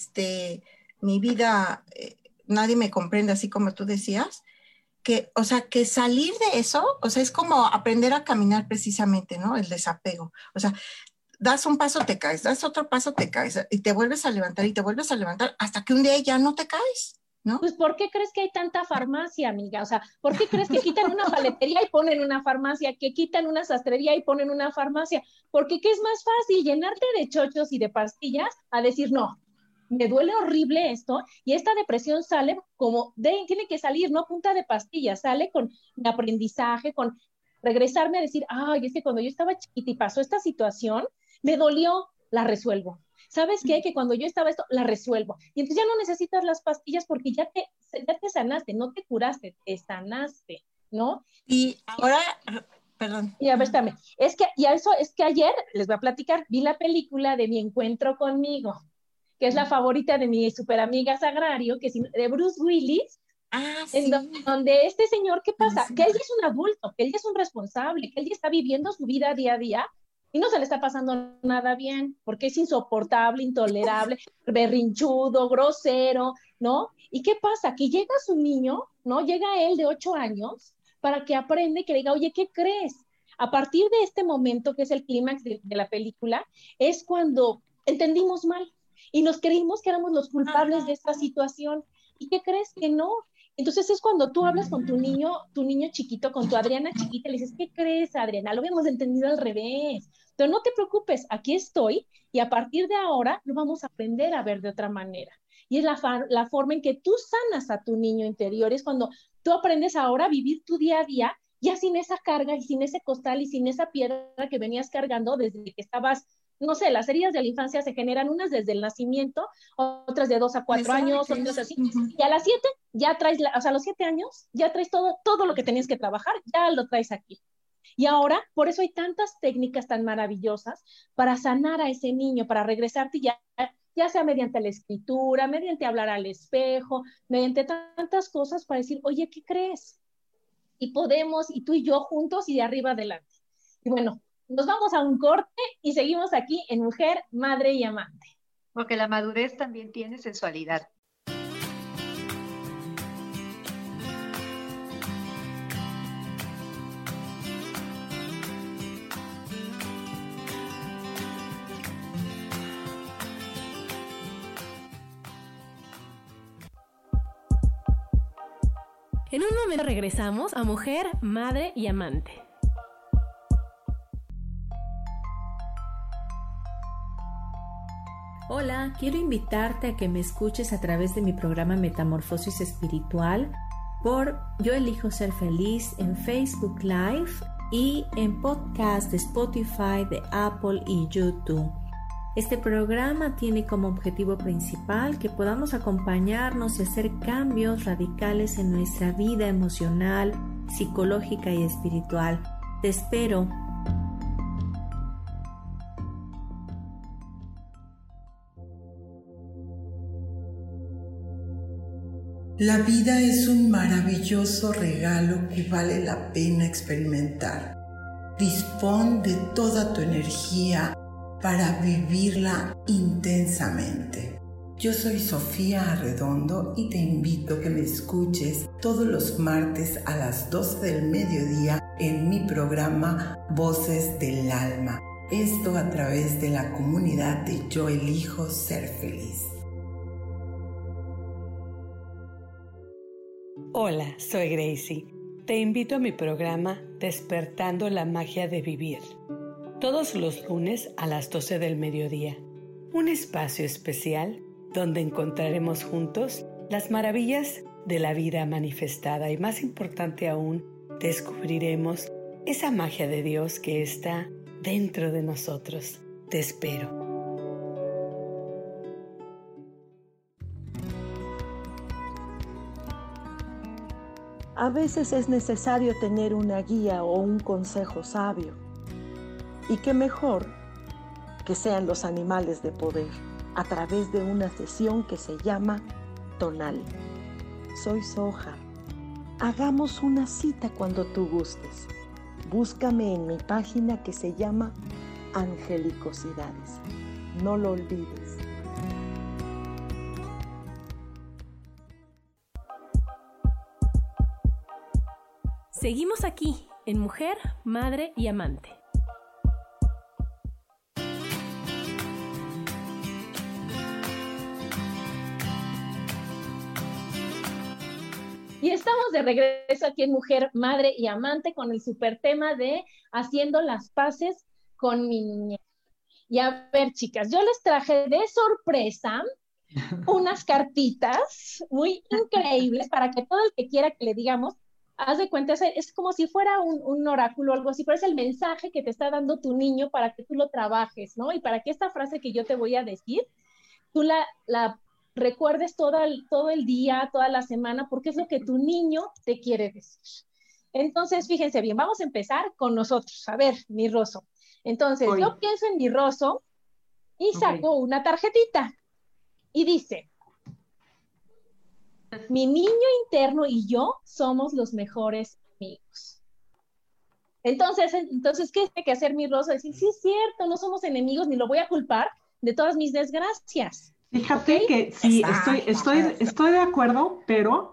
mi vida, nadie me comprende, así como tú decías, que, o sea, que salir de eso, o sea, es como aprender a caminar precisamente, ¿no? El desapego. O sea, das un paso, te caes, das otro paso, te caes, y te vuelves a levantar y te vuelves a levantar hasta que un día ya no te caes, ¿no? Pues, ¿por qué crees que hay tanta farmacia, amiga? O sea, ¿por qué crees que quitan una paletería y ponen una farmacia, que quitan una sastrería y ponen una farmacia? Porque ¿qué es más fácil? Llenarte de chochos y de pastillas a decir, no, me duele horrible esto, y esta depresión sale como, tiene que salir, no punta de pastillas, sale con aprendizaje, con regresarme a decir, ay, es que cuando yo estaba chiquita y pasó esta situación, me dolió, la resuelvo. ¿Sabes qué? Que cuando yo estaba esto, la resuelvo. Y entonces ya no necesitas las pastillas porque ya te sanaste, no te curaste, te sanaste, ¿no? Y ahora, perdón. Y a ver, espérame, es que ayer, les voy a platicar, vi la película de Mi Encuentro Conmigo, que es la favorita de mi super amiga Sagrario, que es de Bruce Willis, sí. donde este señor, ¿qué pasa? Sí. Que él ya es un adulto, que él ya es un responsable, que él ya está viviendo su vida día a día, y no se le está pasando nada bien, porque es insoportable, intolerable, berrinchudo, grosero, ¿no? ¿Y qué pasa? Que llega su niño, ¿no? Llega él de 8 años para que aprenda y que le diga, oye, ¿qué crees? A partir de este momento, que es el clímax de la película, es cuando entendimos mal y nos creímos que éramos los culpables de esta situación. ¿Y qué crees? Que no. Entonces es cuando tú hablas con tu niño chiquito, con tu Adriana chiquita, le dices, ¿qué crees, Adriana? Lo habíamos entendido al revés. Pero no te preocupes, aquí estoy, y a partir de ahora lo vamos a aprender a ver de otra manera. Y es la forma en que tú sanas a tu niño interior, es cuando tú aprendes ahora a vivir tu día a día, ya sin esa carga y sin ese costal y sin esa piedra que venías cargando desde que estabas, no sé, las heridas de la infancia se generan unas desde el nacimiento, otras de 2 a 4 años, otras así, y a las 7 ya traes, o sea, a los 7 años ya traes todo lo que tenías que trabajar, ya lo traes aquí. Y ahora, por eso hay tantas técnicas tan maravillosas para sanar a ese niño, para regresarte ya sea mediante la escritura, mediante hablar al espejo, mediante tantas cosas para decir, oye, ¿qué crees? Y podemos, y tú y yo juntos y de arriba adelante. Y bueno, nos vamos a un corte y seguimos aquí en Mujer, Madre y Amante. Porque la madurez también tiene sensualidad. En un momento regresamos a Mujer, Madre y Amante. Hola, quiero invitarte a que me escuches a través de mi programa Metamorfosis Espiritual por Yo Elijo Ser Feliz en Facebook Live y en podcast de Spotify, de Apple y YouTube. Este programa tiene como objetivo principal que podamos acompañarnos y hacer cambios radicales en nuestra vida emocional, psicológica y espiritual. Te espero. La vida es un maravilloso regalo que vale la pena experimentar. Dispón de toda tu energía para vivirla intensamente. Yo soy Sofía Arredondo y te invito a que me escuches todos los martes a las 12 del mediodía en mi programa Voces del Alma. Esto a través de la comunidad de Yo Elijo Ser Feliz. Hola, soy Gracie. Te invito a mi programa Despertando la Magia de Vivir. Todos los lunes a las 12 del mediodía. Un espacio especial donde encontraremos juntos las maravillas de la vida manifestada y, más importante aún, descubriremos esa magia de Dios que está dentro de nosotros. Te espero. A veces es necesario tener una guía o un consejo sabio. Y qué mejor que sean los animales de poder a través de una sesión que se llama Tonal. Soy Soja. Hagamos una cita cuando tú gustes. Búscame en mi página que se llama Angelicosidades. No lo olvides. Seguimos aquí en Mujer, Madre y Amante. Y estamos de regreso aquí en Mujer, Madre y Amante con el super tema de haciendo las paces con mi niñez. Y a ver, chicas, yo les traje de sorpresa unas cartitas muy increíbles para que todo el que quiera que le digamos, haz de cuenta, es como si fuera un oráculo o algo así, pero es el mensaje que te está dando tu niño para que tú lo trabajes, ¿no? Y para que esta frase que yo te voy a decir, tú la recuerdes todo el día, toda la semana, porque es lo que tu niño te quiere decir. Entonces, fíjense bien, vamos a empezar con nosotros. A ver, mi Roso. Entonces, yo pienso en mi Roso y saco una tarjetita y dice, mi niño interno y yo somos los mejores amigos. Entonces, ¿qué tiene que hacer mi Roso? Decir, sí es cierto, no somos enemigos, ni lo voy a culpar de todas mis desgracias. Fíjate que sí, estoy de acuerdo, pero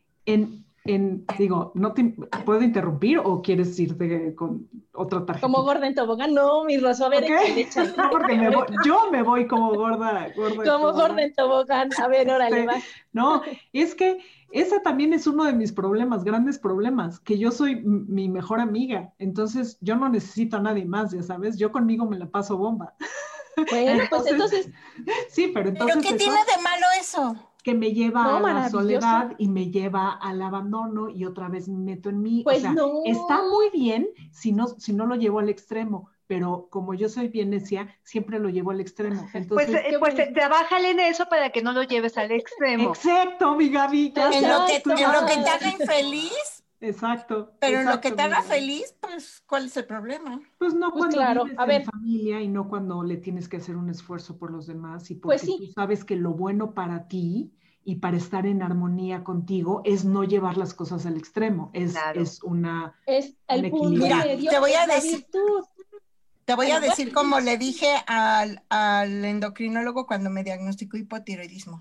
digo, ¿no te puedo interrumpir o quieres irte con otra tarjeta? Como gorda en tobogán, no, mi Roso, a ver, échale. No, porque yo me voy como gorda. Como gorda en tobogán, a ver, órale, va. No, es que ese también es uno de mis problemas, grandes problemas, que yo soy mi mejor amiga, entonces yo no necesito a nadie más, ya sabes, yo conmigo me la paso bomba. Bueno, pues entonces... Sí, pero entonces... ¿Pero qué tiene de malo eso? Que me lleva a la soledad y me lleva al abandono y otra vez me meto en mí. Pues o sea, no. Está muy bien si no lo llevo al extremo, pero como yo soy bien necia, siempre lo llevo al extremo. Entonces, pues trabájale en eso para que no lo lleves al extremo. Exacto, mi Gaby. En lo que te haga infeliz. Exacto. Pero en lo que te haga feliz, pues, ¿cuál es el problema? Pues no pues cuando claro, vives a ver. en familia y no cuando le tienes que hacer un esfuerzo por los demás y porque Pues sí. tú sabes que lo bueno para ti y para estar en armonía contigo es no llevar las cosas al extremo, es el punto Mira, medio, te voy a es la decir, virtud. te voy a decir como le dije al endocrinólogo cuando me diagnosticó hipotiroidismo.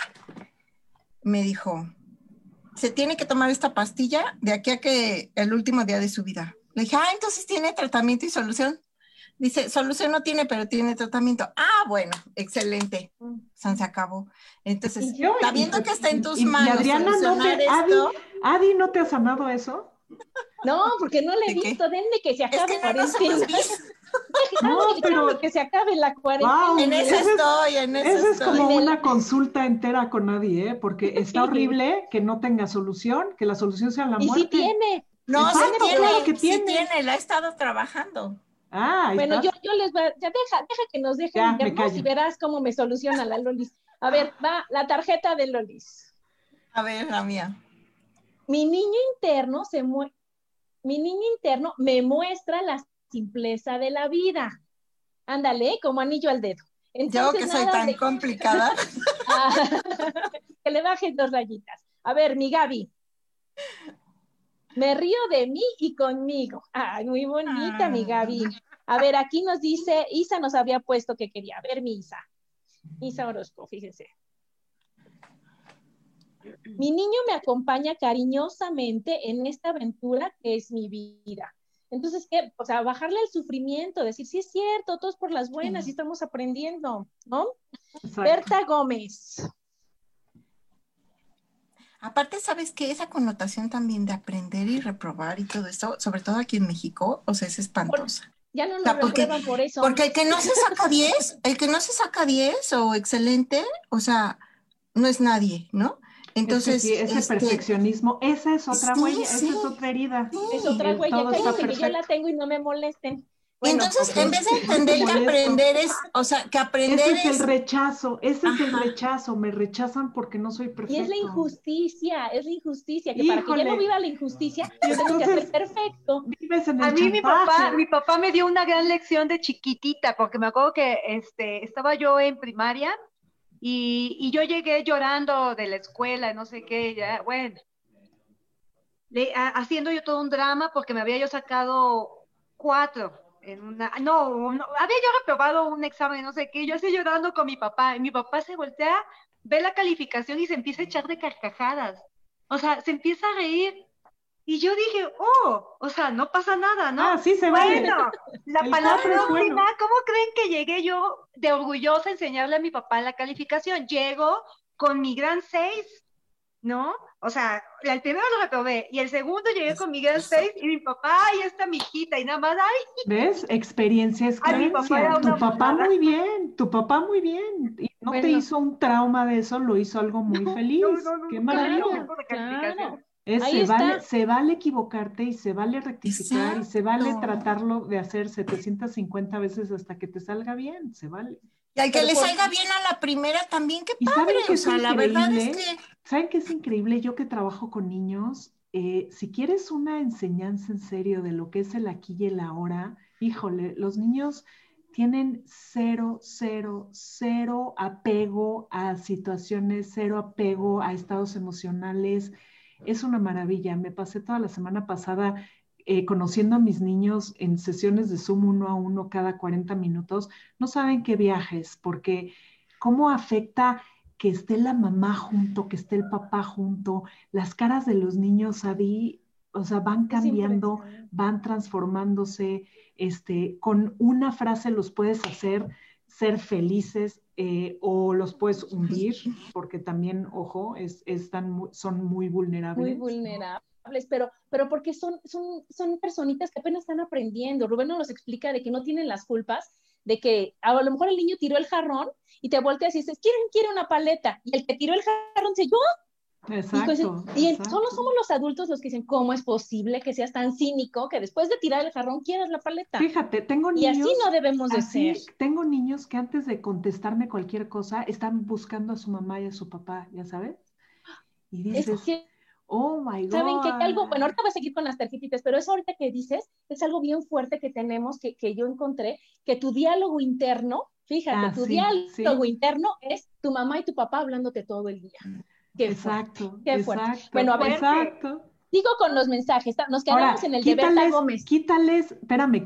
Me dijo, se tiene que tomar esta pastilla de aquí a que el último día de su vida. Le dije, entonces tiene tratamiento y solución. Dice, solución no tiene, pero tiene tratamiento. Bueno, excelente. Se acabó. Entonces, sabiendo que está en tus manos. Y Adriana, Adi, ¿no te ha sanado eso? No, porque no le he visto. Denme que se acabe la cuarentena. Pero que se acabe la cuarentena. Wow, en eso estoy. Eso es como una consulta entera con Adi, ¿eh? Porque está horrible que no tenga solución, que la solución sea la muerte. Y sí tiene. No, exacto, sí tiene, la ha estado trabajando. Bueno, yo les voy a... Ya deja que nos dejen vernos y verás cómo me soluciona la Lolis. A ver, va la tarjeta de Lolis. A ver, la mía. Mi niño interno me muestra la simpleza de la vida. Ándale, como anillo al dedo. Entonces, yo que soy tan complicada. Que le bajes 2 rayitas. A ver, mi Gaby. Me río de mí y conmigo. Muy bonita, mi Gaby. A ver, aquí nos dice, Isa nos había puesto que quería. A ver, mi Isa. Isa Orozco, fíjense. Mi niño me acompaña cariñosamente en esta aventura que es mi vida. Entonces, ¿qué? O sea, bajarle el sufrimiento, decir, sí es cierto, todos por las buenas y estamos aprendiendo, ¿no? Exacto. Berta Gómez. Aparte, ¿sabes qué? Esa connotación también de aprender y reprobar y todo eso, sobre todo aquí en México, o sea, es espantosa. Ya no nos reprueban por eso. Porque el que no se saca 10, o excelente, o sea, no es nadie, ¿no? Entonces, ese perfeccionismo, esa es otra huella, esa es otra herida. Es otra huella, cállate que yo la tengo y no me molesten. Bueno, entonces, en vez de entender que aprender es, o sea, que aprender ese es el rechazo, me rechazan porque no soy perfecto. Y es la injusticia, que para que yo no viva la injusticia, yo tengo que ser perfecto. Vives en el A mí mi papá me dio una gran lección de chiquitita, porque me acuerdo que estaba yo en primaria y yo llegué llorando de la escuela, no sé qué, ya, bueno. haciendo yo todo un drama porque me había yo sacado 4 en no, había yo reprobado un examen, no sé qué, yo así llorando con mi papá, y mi papá se voltea, ve la calificación y se empieza a echar de carcajadas, o sea, se empieza a reír, y yo dije, o sea, no pasa nada, ¿no? Ah, sí se vale. Bueno, la palabra última, ¿cómo creen que llegué yo de orgullosa a enseñarle a mi papá la calificación? Llego con mi gran 6, ¿no? O sea, el primero lo reprobé, y el segundo llegué con mi gran 6, y mi papá, ahí está mi hijita, y nada más, ay. ¿Ves? Experiencia es creencia. Tu papá muy bien, y no te hizo un trauma de eso, lo hizo algo muy feliz. Qué maravilla. Claro. Se vale equivocarte y se vale rectificar. Exacto. Y se vale tratarlo de hacer 750 veces hasta que te salga bien, se vale. Y al que le salga bien a la primera también, qué padre. O sea, la verdad es que... ¿Saben qué es increíble? Yo que trabajo con niños, si quieres una enseñanza en serio de lo que es el aquí y el ahora, híjole, los niños tienen cero apego a situaciones, cero apego a estados emocionales. Es una maravilla. Me pasé toda la semana pasada conociendo a mis niños en sesiones de Zoom 1 a 1 cada 40 minutos. No saben qué viajes, porque cómo afecta que esté la mamá junto, que esté el papá junto. Las caras de los niños, Adi, o sea, van cambiando, van transformándose. Con una frase los puedes hacer ser felices o los puedes hundir, porque también, ojo, son muy vulnerables. Muy vulnerables, pero porque son personitas que apenas están aprendiendo. Rubén nos explica de que no tienen las culpas, de que a lo mejor el niño tiró el jarrón y te volteas y dices, ¿quién quiere una paleta? Y el que tiró el jarrón dice, ¿yo? Exacto. Y solo somos los adultos los que dicen, ¿cómo es posible que seas tan cínico que después de tirar el jarrón quieras la paleta? Fíjate, tengo niños... Y así no debemos de ser. Tengo niños que antes de contestarme cualquier cosa están buscando a su mamá y a su papá, ¿ya sabes? Y dices... Oh my God. ¿Saben qué? Algo, bueno, ahorita voy a seguir con las tarjetitas, pero eso ahorita que dices es algo bien fuerte que tenemos, que yo encontré, que tu diálogo interno, fíjate, diálogo interno es tu mamá y tu papá hablándote todo el día. Qué exacto, fuerte, qué fuerte. Exacto, bueno, a ver, sigo con los mensajes, nos quedamos en el de Berta Gómez. Quítales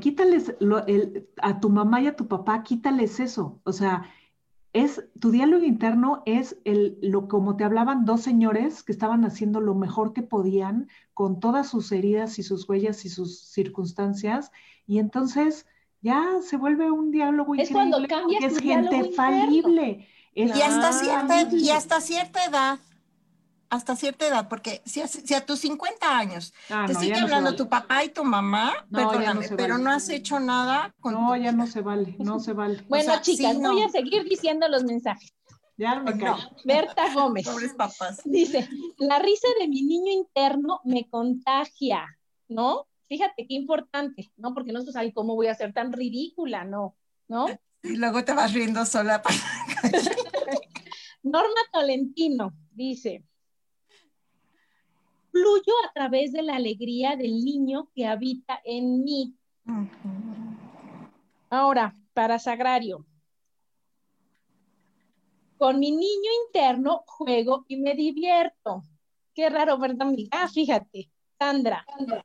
a tu mamá y a tu papá, quítales eso, o sea, tu diálogo interno es como te hablaban 2 señores que estaban haciendo lo mejor que podían con todas sus heridas y sus huellas y sus circunstancias, y entonces ya se vuelve un diálogo increíble. Es cuando cambias es gente falible. Y hasta cierta edad. Hasta cierta edad, porque si a tus 50 años te sigue hablando tu papá y tu mamá, perdóname, pero no has hecho nada con tu vida. No se vale. Bueno, chicas, voy a seguir diciendo los mensajes. Ya me callo. Berta Gómez. Pobres papás. Dice, la risa de mi niño interno me contagia, ¿no? Fíjate qué importante, ¿no? Porque nosotros, ay, ¿cómo voy a ser tan ridícula? ¿No? Y luego te vas riendo sola. Norma Tolentino dice, fluyo a través de la alegría del niño que habita en mí. Ahora, para Sagrario. Con mi niño interno juego y me divierto. Qué raro, ¿verdad, amiga? Fíjate, Sandra.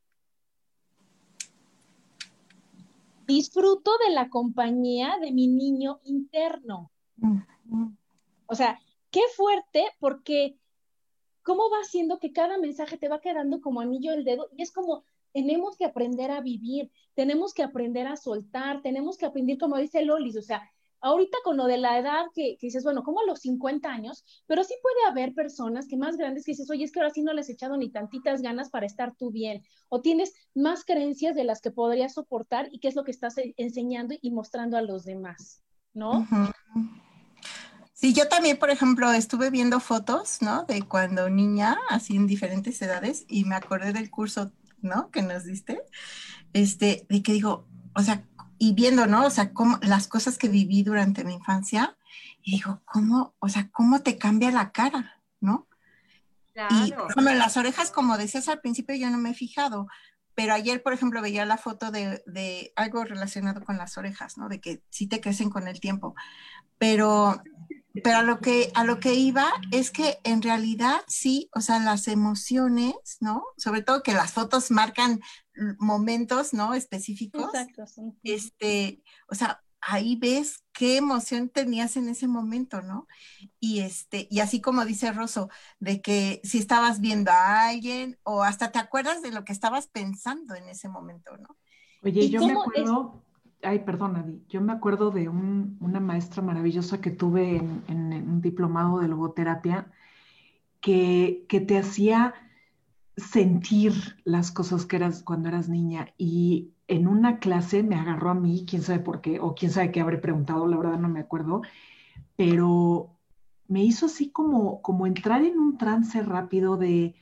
Disfruto de la compañía de mi niño interno. O sea, qué fuerte, porque cómo va haciendo que cada mensaje te va quedando como anillo al dedo, y es como, tenemos que aprender a vivir, tenemos que aprender a soltar, tenemos que aprender, como dice Lolis, o sea, ahorita con lo de la edad que dices, bueno, como a los 50 años, pero sí puede haber personas que más grandes que dices, oye, es que ahora sí no les he echado ni tantitas ganas para estar tú bien, o tienes más creencias de las que podrías soportar, y qué es lo que estás enseñando y mostrando a los demás, ¿no? Sí, yo también, por ejemplo, estuve viendo fotos, ¿no? De cuando niña, así en diferentes edades, y me acordé del curso, ¿no? Que nos diste, de que digo, o sea, y viendo, ¿no? O sea, cómo, las cosas que viví durante mi infancia, y digo, ¿cómo te cambia la cara, ¿no? Claro. Y, por ejemplo, las orejas, como decías al principio, yo no me he fijado, pero ayer, por ejemplo, veía la foto de algo relacionado con las orejas, ¿no? De que sí te crecen con el tiempo, pero Pero a lo que iba es que en realidad sí, o sea, las emociones, ¿no? Sobre todo que las fotos marcan momentos, ¿no? Específicos. Exacto. Sí. O sea, ahí ves qué emoción tenías en ese momento, ¿no? Y así como dice Rosso, de que si estabas viendo a alguien o hasta te acuerdas de lo que estabas pensando en ese momento, ¿no? Oye, yo me acuerdo, ay, perdón, Adi, yo me acuerdo de una maestra maravillosa que tuve en un diplomado de logoterapia que te hacía sentir las cosas que eras cuando eras niña, y en una clase me agarró a mí, quién sabe por qué, o quién sabe qué habré preguntado, la verdad no me acuerdo, pero me hizo así como entrar en un trance rápido de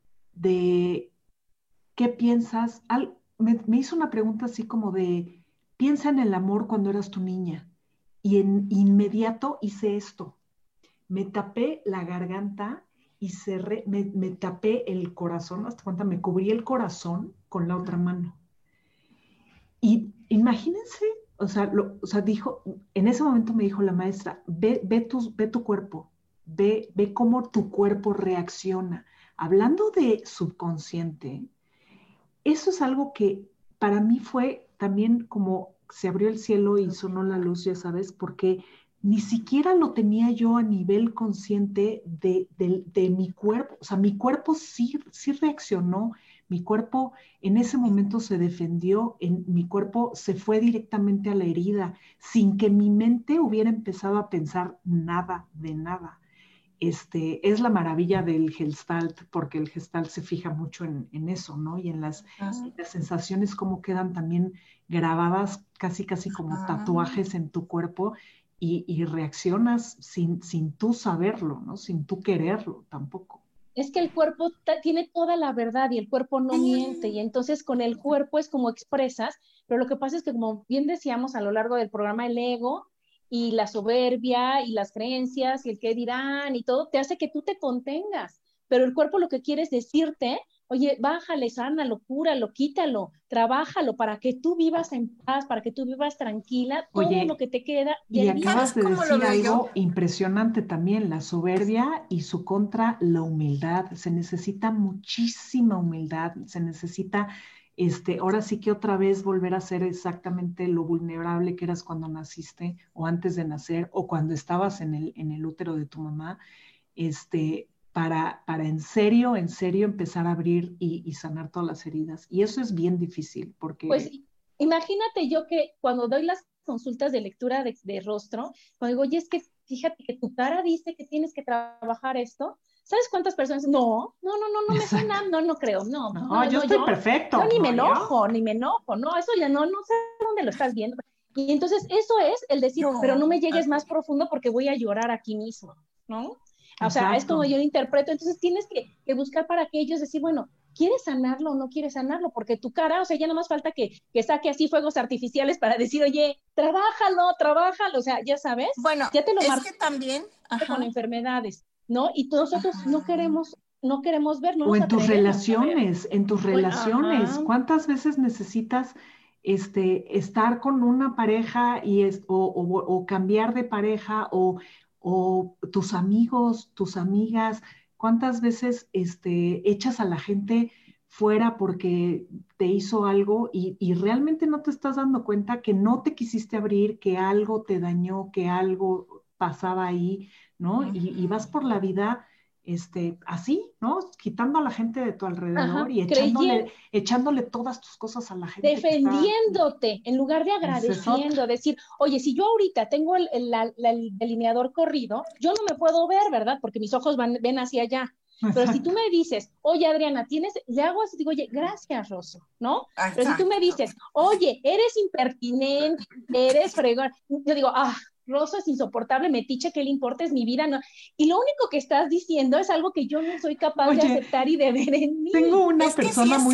¿qué piensas? Me hizo una pregunta así como de, piensa en el amor cuando eras tu niña. Y en inmediato hice esto. Me tapé la garganta y cerré, me tapé el corazón, hasta cuenta, me cubrí el corazón con la otra mano. Y imagínense, o sea, dijo, en ese momento me dijo la maestra, ve tu cuerpo, ve cómo tu cuerpo reacciona. Hablando de subconsciente, eso es algo que para mí fue también como se abrió el cielo y sonó la luz, ya sabes, porque ni siquiera lo tenía yo a nivel consciente de mi cuerpo. O sea, mi cuerpo sí reaccionó, mi cuerpo en ese momento se defendió, mi cuerpo se fue directamente a la herida, sin que mi mente hubiera empezado a pensar nada de nada. Es la maravilla del Gestalt, porque el Gestalt se fija mucho en eso, ¿no? Y en las sensaciones, cómo quedan también grabadas casi como tatuajes en tu cuerpo, y reaccionas sin tú saberlo, ¿no? Sin tú quererlo tampoco. Es que el cuerpo tiene toda la verdad y el cuerpo no miente, y entonces con el cuerpo es como expresas, pero lo que pasa es que, como bien decíamos a lo largo del programa, el ego y la soberbia y las creencias y el qué dirán y todo te hace que tú te contengas, pero el cuerpo lo que quiere es decirte, oye, bájale, sánalo, cúralo, quítalo, trabájalo para que tú vivas en paz, para que tú vivas tranquila, todo lo que te queda. Y acabas de decir algo impresionante también, la soberbia y su contra, la humildad. Se necesita muchísima humildad, se necesita ahora sí que otra vez volver a ser exactamente lo vulnerable que eras cuando naciste o antes de nacer o cuando estabas en el útero de tu mamá, para en serio empezar a abrir y sanar todas las heridas. Y eso es bien difícil porque... Pues imagínate yo que cuando doy las consultas de lectura de rostro, cuando digo, oye, es que fíjate que tu cara dice que tienes que trabajar esto, ¿sabes cuántas personas? No me suena, no creo, no, yo estoy perfecto. Yo ni me enojo, no, eso ya no sé dónde lo estás viendo. Y entonces eso es el decir, pero no me llegues más profundo porque voy a llorar aquí mismo, ¿no? O sea, es como yo lo interpreto. Entonces tienes que buscar para que ellos decir, bueno, ¿quieres sanarlo o no quieres sanarlo? Porque tu cara, o sea, ya no más falta que saque así fuegos artificiales para decir, oye, trabájalo, o sea, ya sabes. Bueno, ya te lo es que también con enfermedades, ¿no? Y nosotros no queremos ver, no. O en tus relaciones, ¿cuántas veces necesitas estar con una pareja o cambiar de pareja o tus amigos, tus amigas? ¿Cuántas veces echas a la gente fuera porque te hizo algo y realmente no te estás dando cuenta que no te quisiste abrir, que algo te dañó, que algo pasaba ahí, ¿no? Y vas por la vida así, ¿no? Quitando a la gente de tu alrededor y echándole todas tus cosas a la gente. Defendiéndote, en lugar de agradeciendo, decir, oye, si yo ahorita tengo el delineador corrido, yo no me puedo ver, ¿verdad? Porque mis ojos ven hacia allá. Pero si tú me dices, oye, Adriana, le hago así, digo, oye, gracias, Rosso, ¿no? Exacto. Pero si tú me dices, oye, eres impertinente, eres fregón, yo digo, Rosso es insoportable, metiche, ¿qué le importa? Es mi vida, ¿no? Y lo único que estás diciendo es algo que yo no soy capaz de aceptar y de ver en mí. Tengo una persona muy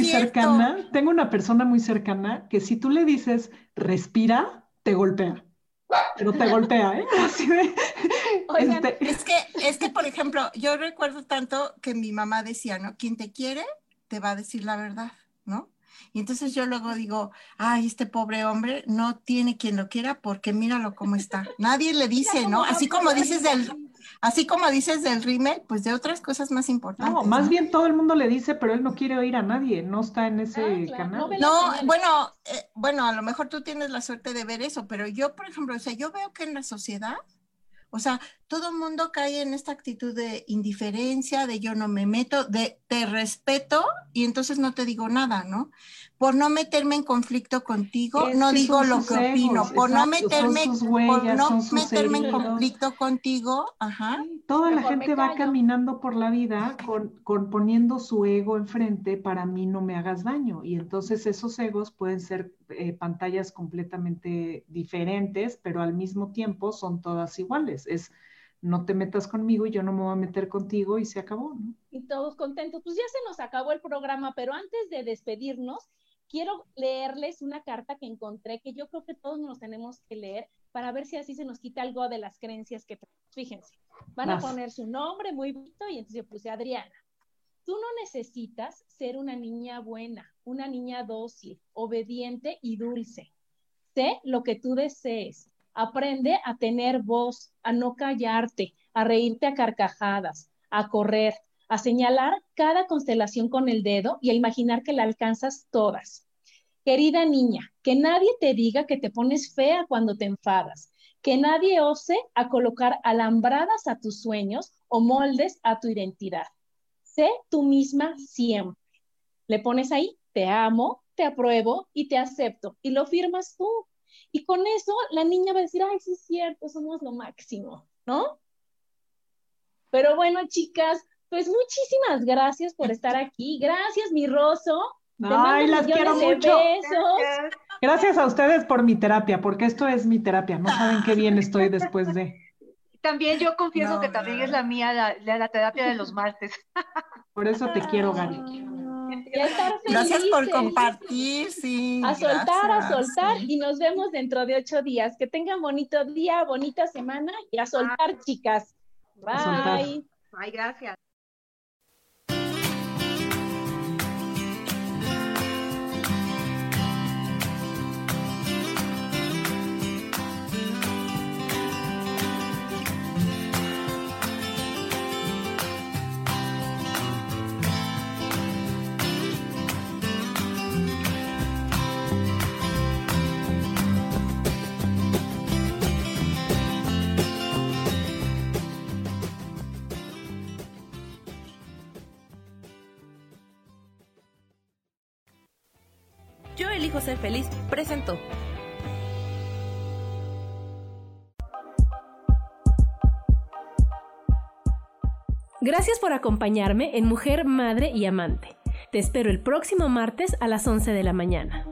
cercana que si tú le dices, respira, te golpea. Pero te golpea, ¿eh? Así de, Oigan, es que, por ejemplo, yo recuerdo tanto que mi mamá decía, ¿no? Quien te quiere, te va a decir la verdad, ¿no? Y entonces yo luego digo, ay, este pobre hombre no tiene quien lo quiera porque míralo cómo está. Nadie le dice, ¿no? Así como dices del rímel, pues de otras cosas más importantes. No, más bien todo el mundo le dice, pero él no quiere oír a nadie, no está en ese canal. No, bueno, a lo mejor tú tienes la suerte de ver eso, pero yo, por ejemplo, o sea, yo veo que en la sociedad, o sea, todo el mundo cae en esta actitud de indiferencia, de yo no me meto, de te respeto y entonces no te digo nada, ¿no? Por no meterme en conflicto contigo, no digo lo que opino, por no meterme en conflicto contigo, ajá. Toda la gente va caminando por la vida con poniendo su ego enfrente para mí no me hagas daño. Y entonces esos egos pueden ser pantallas completamente diferentes, pero al mismo tiempo son todas iguales. Es no te metas conmigo y yo no me voy a meter contigo y se acabó, ¿no? Y todos contentos. Pues ya se nos acabó el programa, pero antes de despedirnos, quiero leerles una carta que encontré, que yo creo que todos nos tenemos que leer para ver si así se nos quita algo de las creencias que tenemos. Fíjense, van a poner su nombre muy bonito y entonces yo puse Adriana. Tú no necesitas ser una niña buena, una niña dócil, obediente y dulce. Sé lo que tú desees. Aprende a tener voz, a no callarte, a reírte a carcajadas, a correr, a señalar cada constelación con el dedo y a imaginar que la alcanzas todas. Querida niña, que nadie te diga que te pones fea cuando te enfadas, que nadie ose a colocar alambradas a tus sueños o moldes a tu identidad. Sé tú misma siempre. Le pones ahí, te amo, te apruebo y te acepto, y lo firmas tú. Y con eso la niña va a decir, ay, sí es cierto, somos lo máximo, ¿no? Pero bueno, chicas, pues muchísimas gracias por estar aquí. Gracias, mi Roso. Ay, las quiero mucho. Besos. Gracias a ustedes por mi terapia, porque esto es mi terapia. No saben qué bien estoy después de... También yo confieso que también es la mía, la terapia de los martes. Por eso te quiero, Gaby. Gracias por compartir, sí. A soltar, y nos vemos dentro de 8 días. Que tengan bonito día, bonita semana, y a soltar, chicas. Bye. Bye, gracias. Yo elijo ser feliz presentó. Gracias por acompañarme en Mujer, Madre y Amante. Te espero el próximo martes a las 11 de la mañana.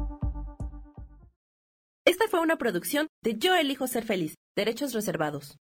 Esta fue una producción de Yo elijo ser feliz. Derechos reservados.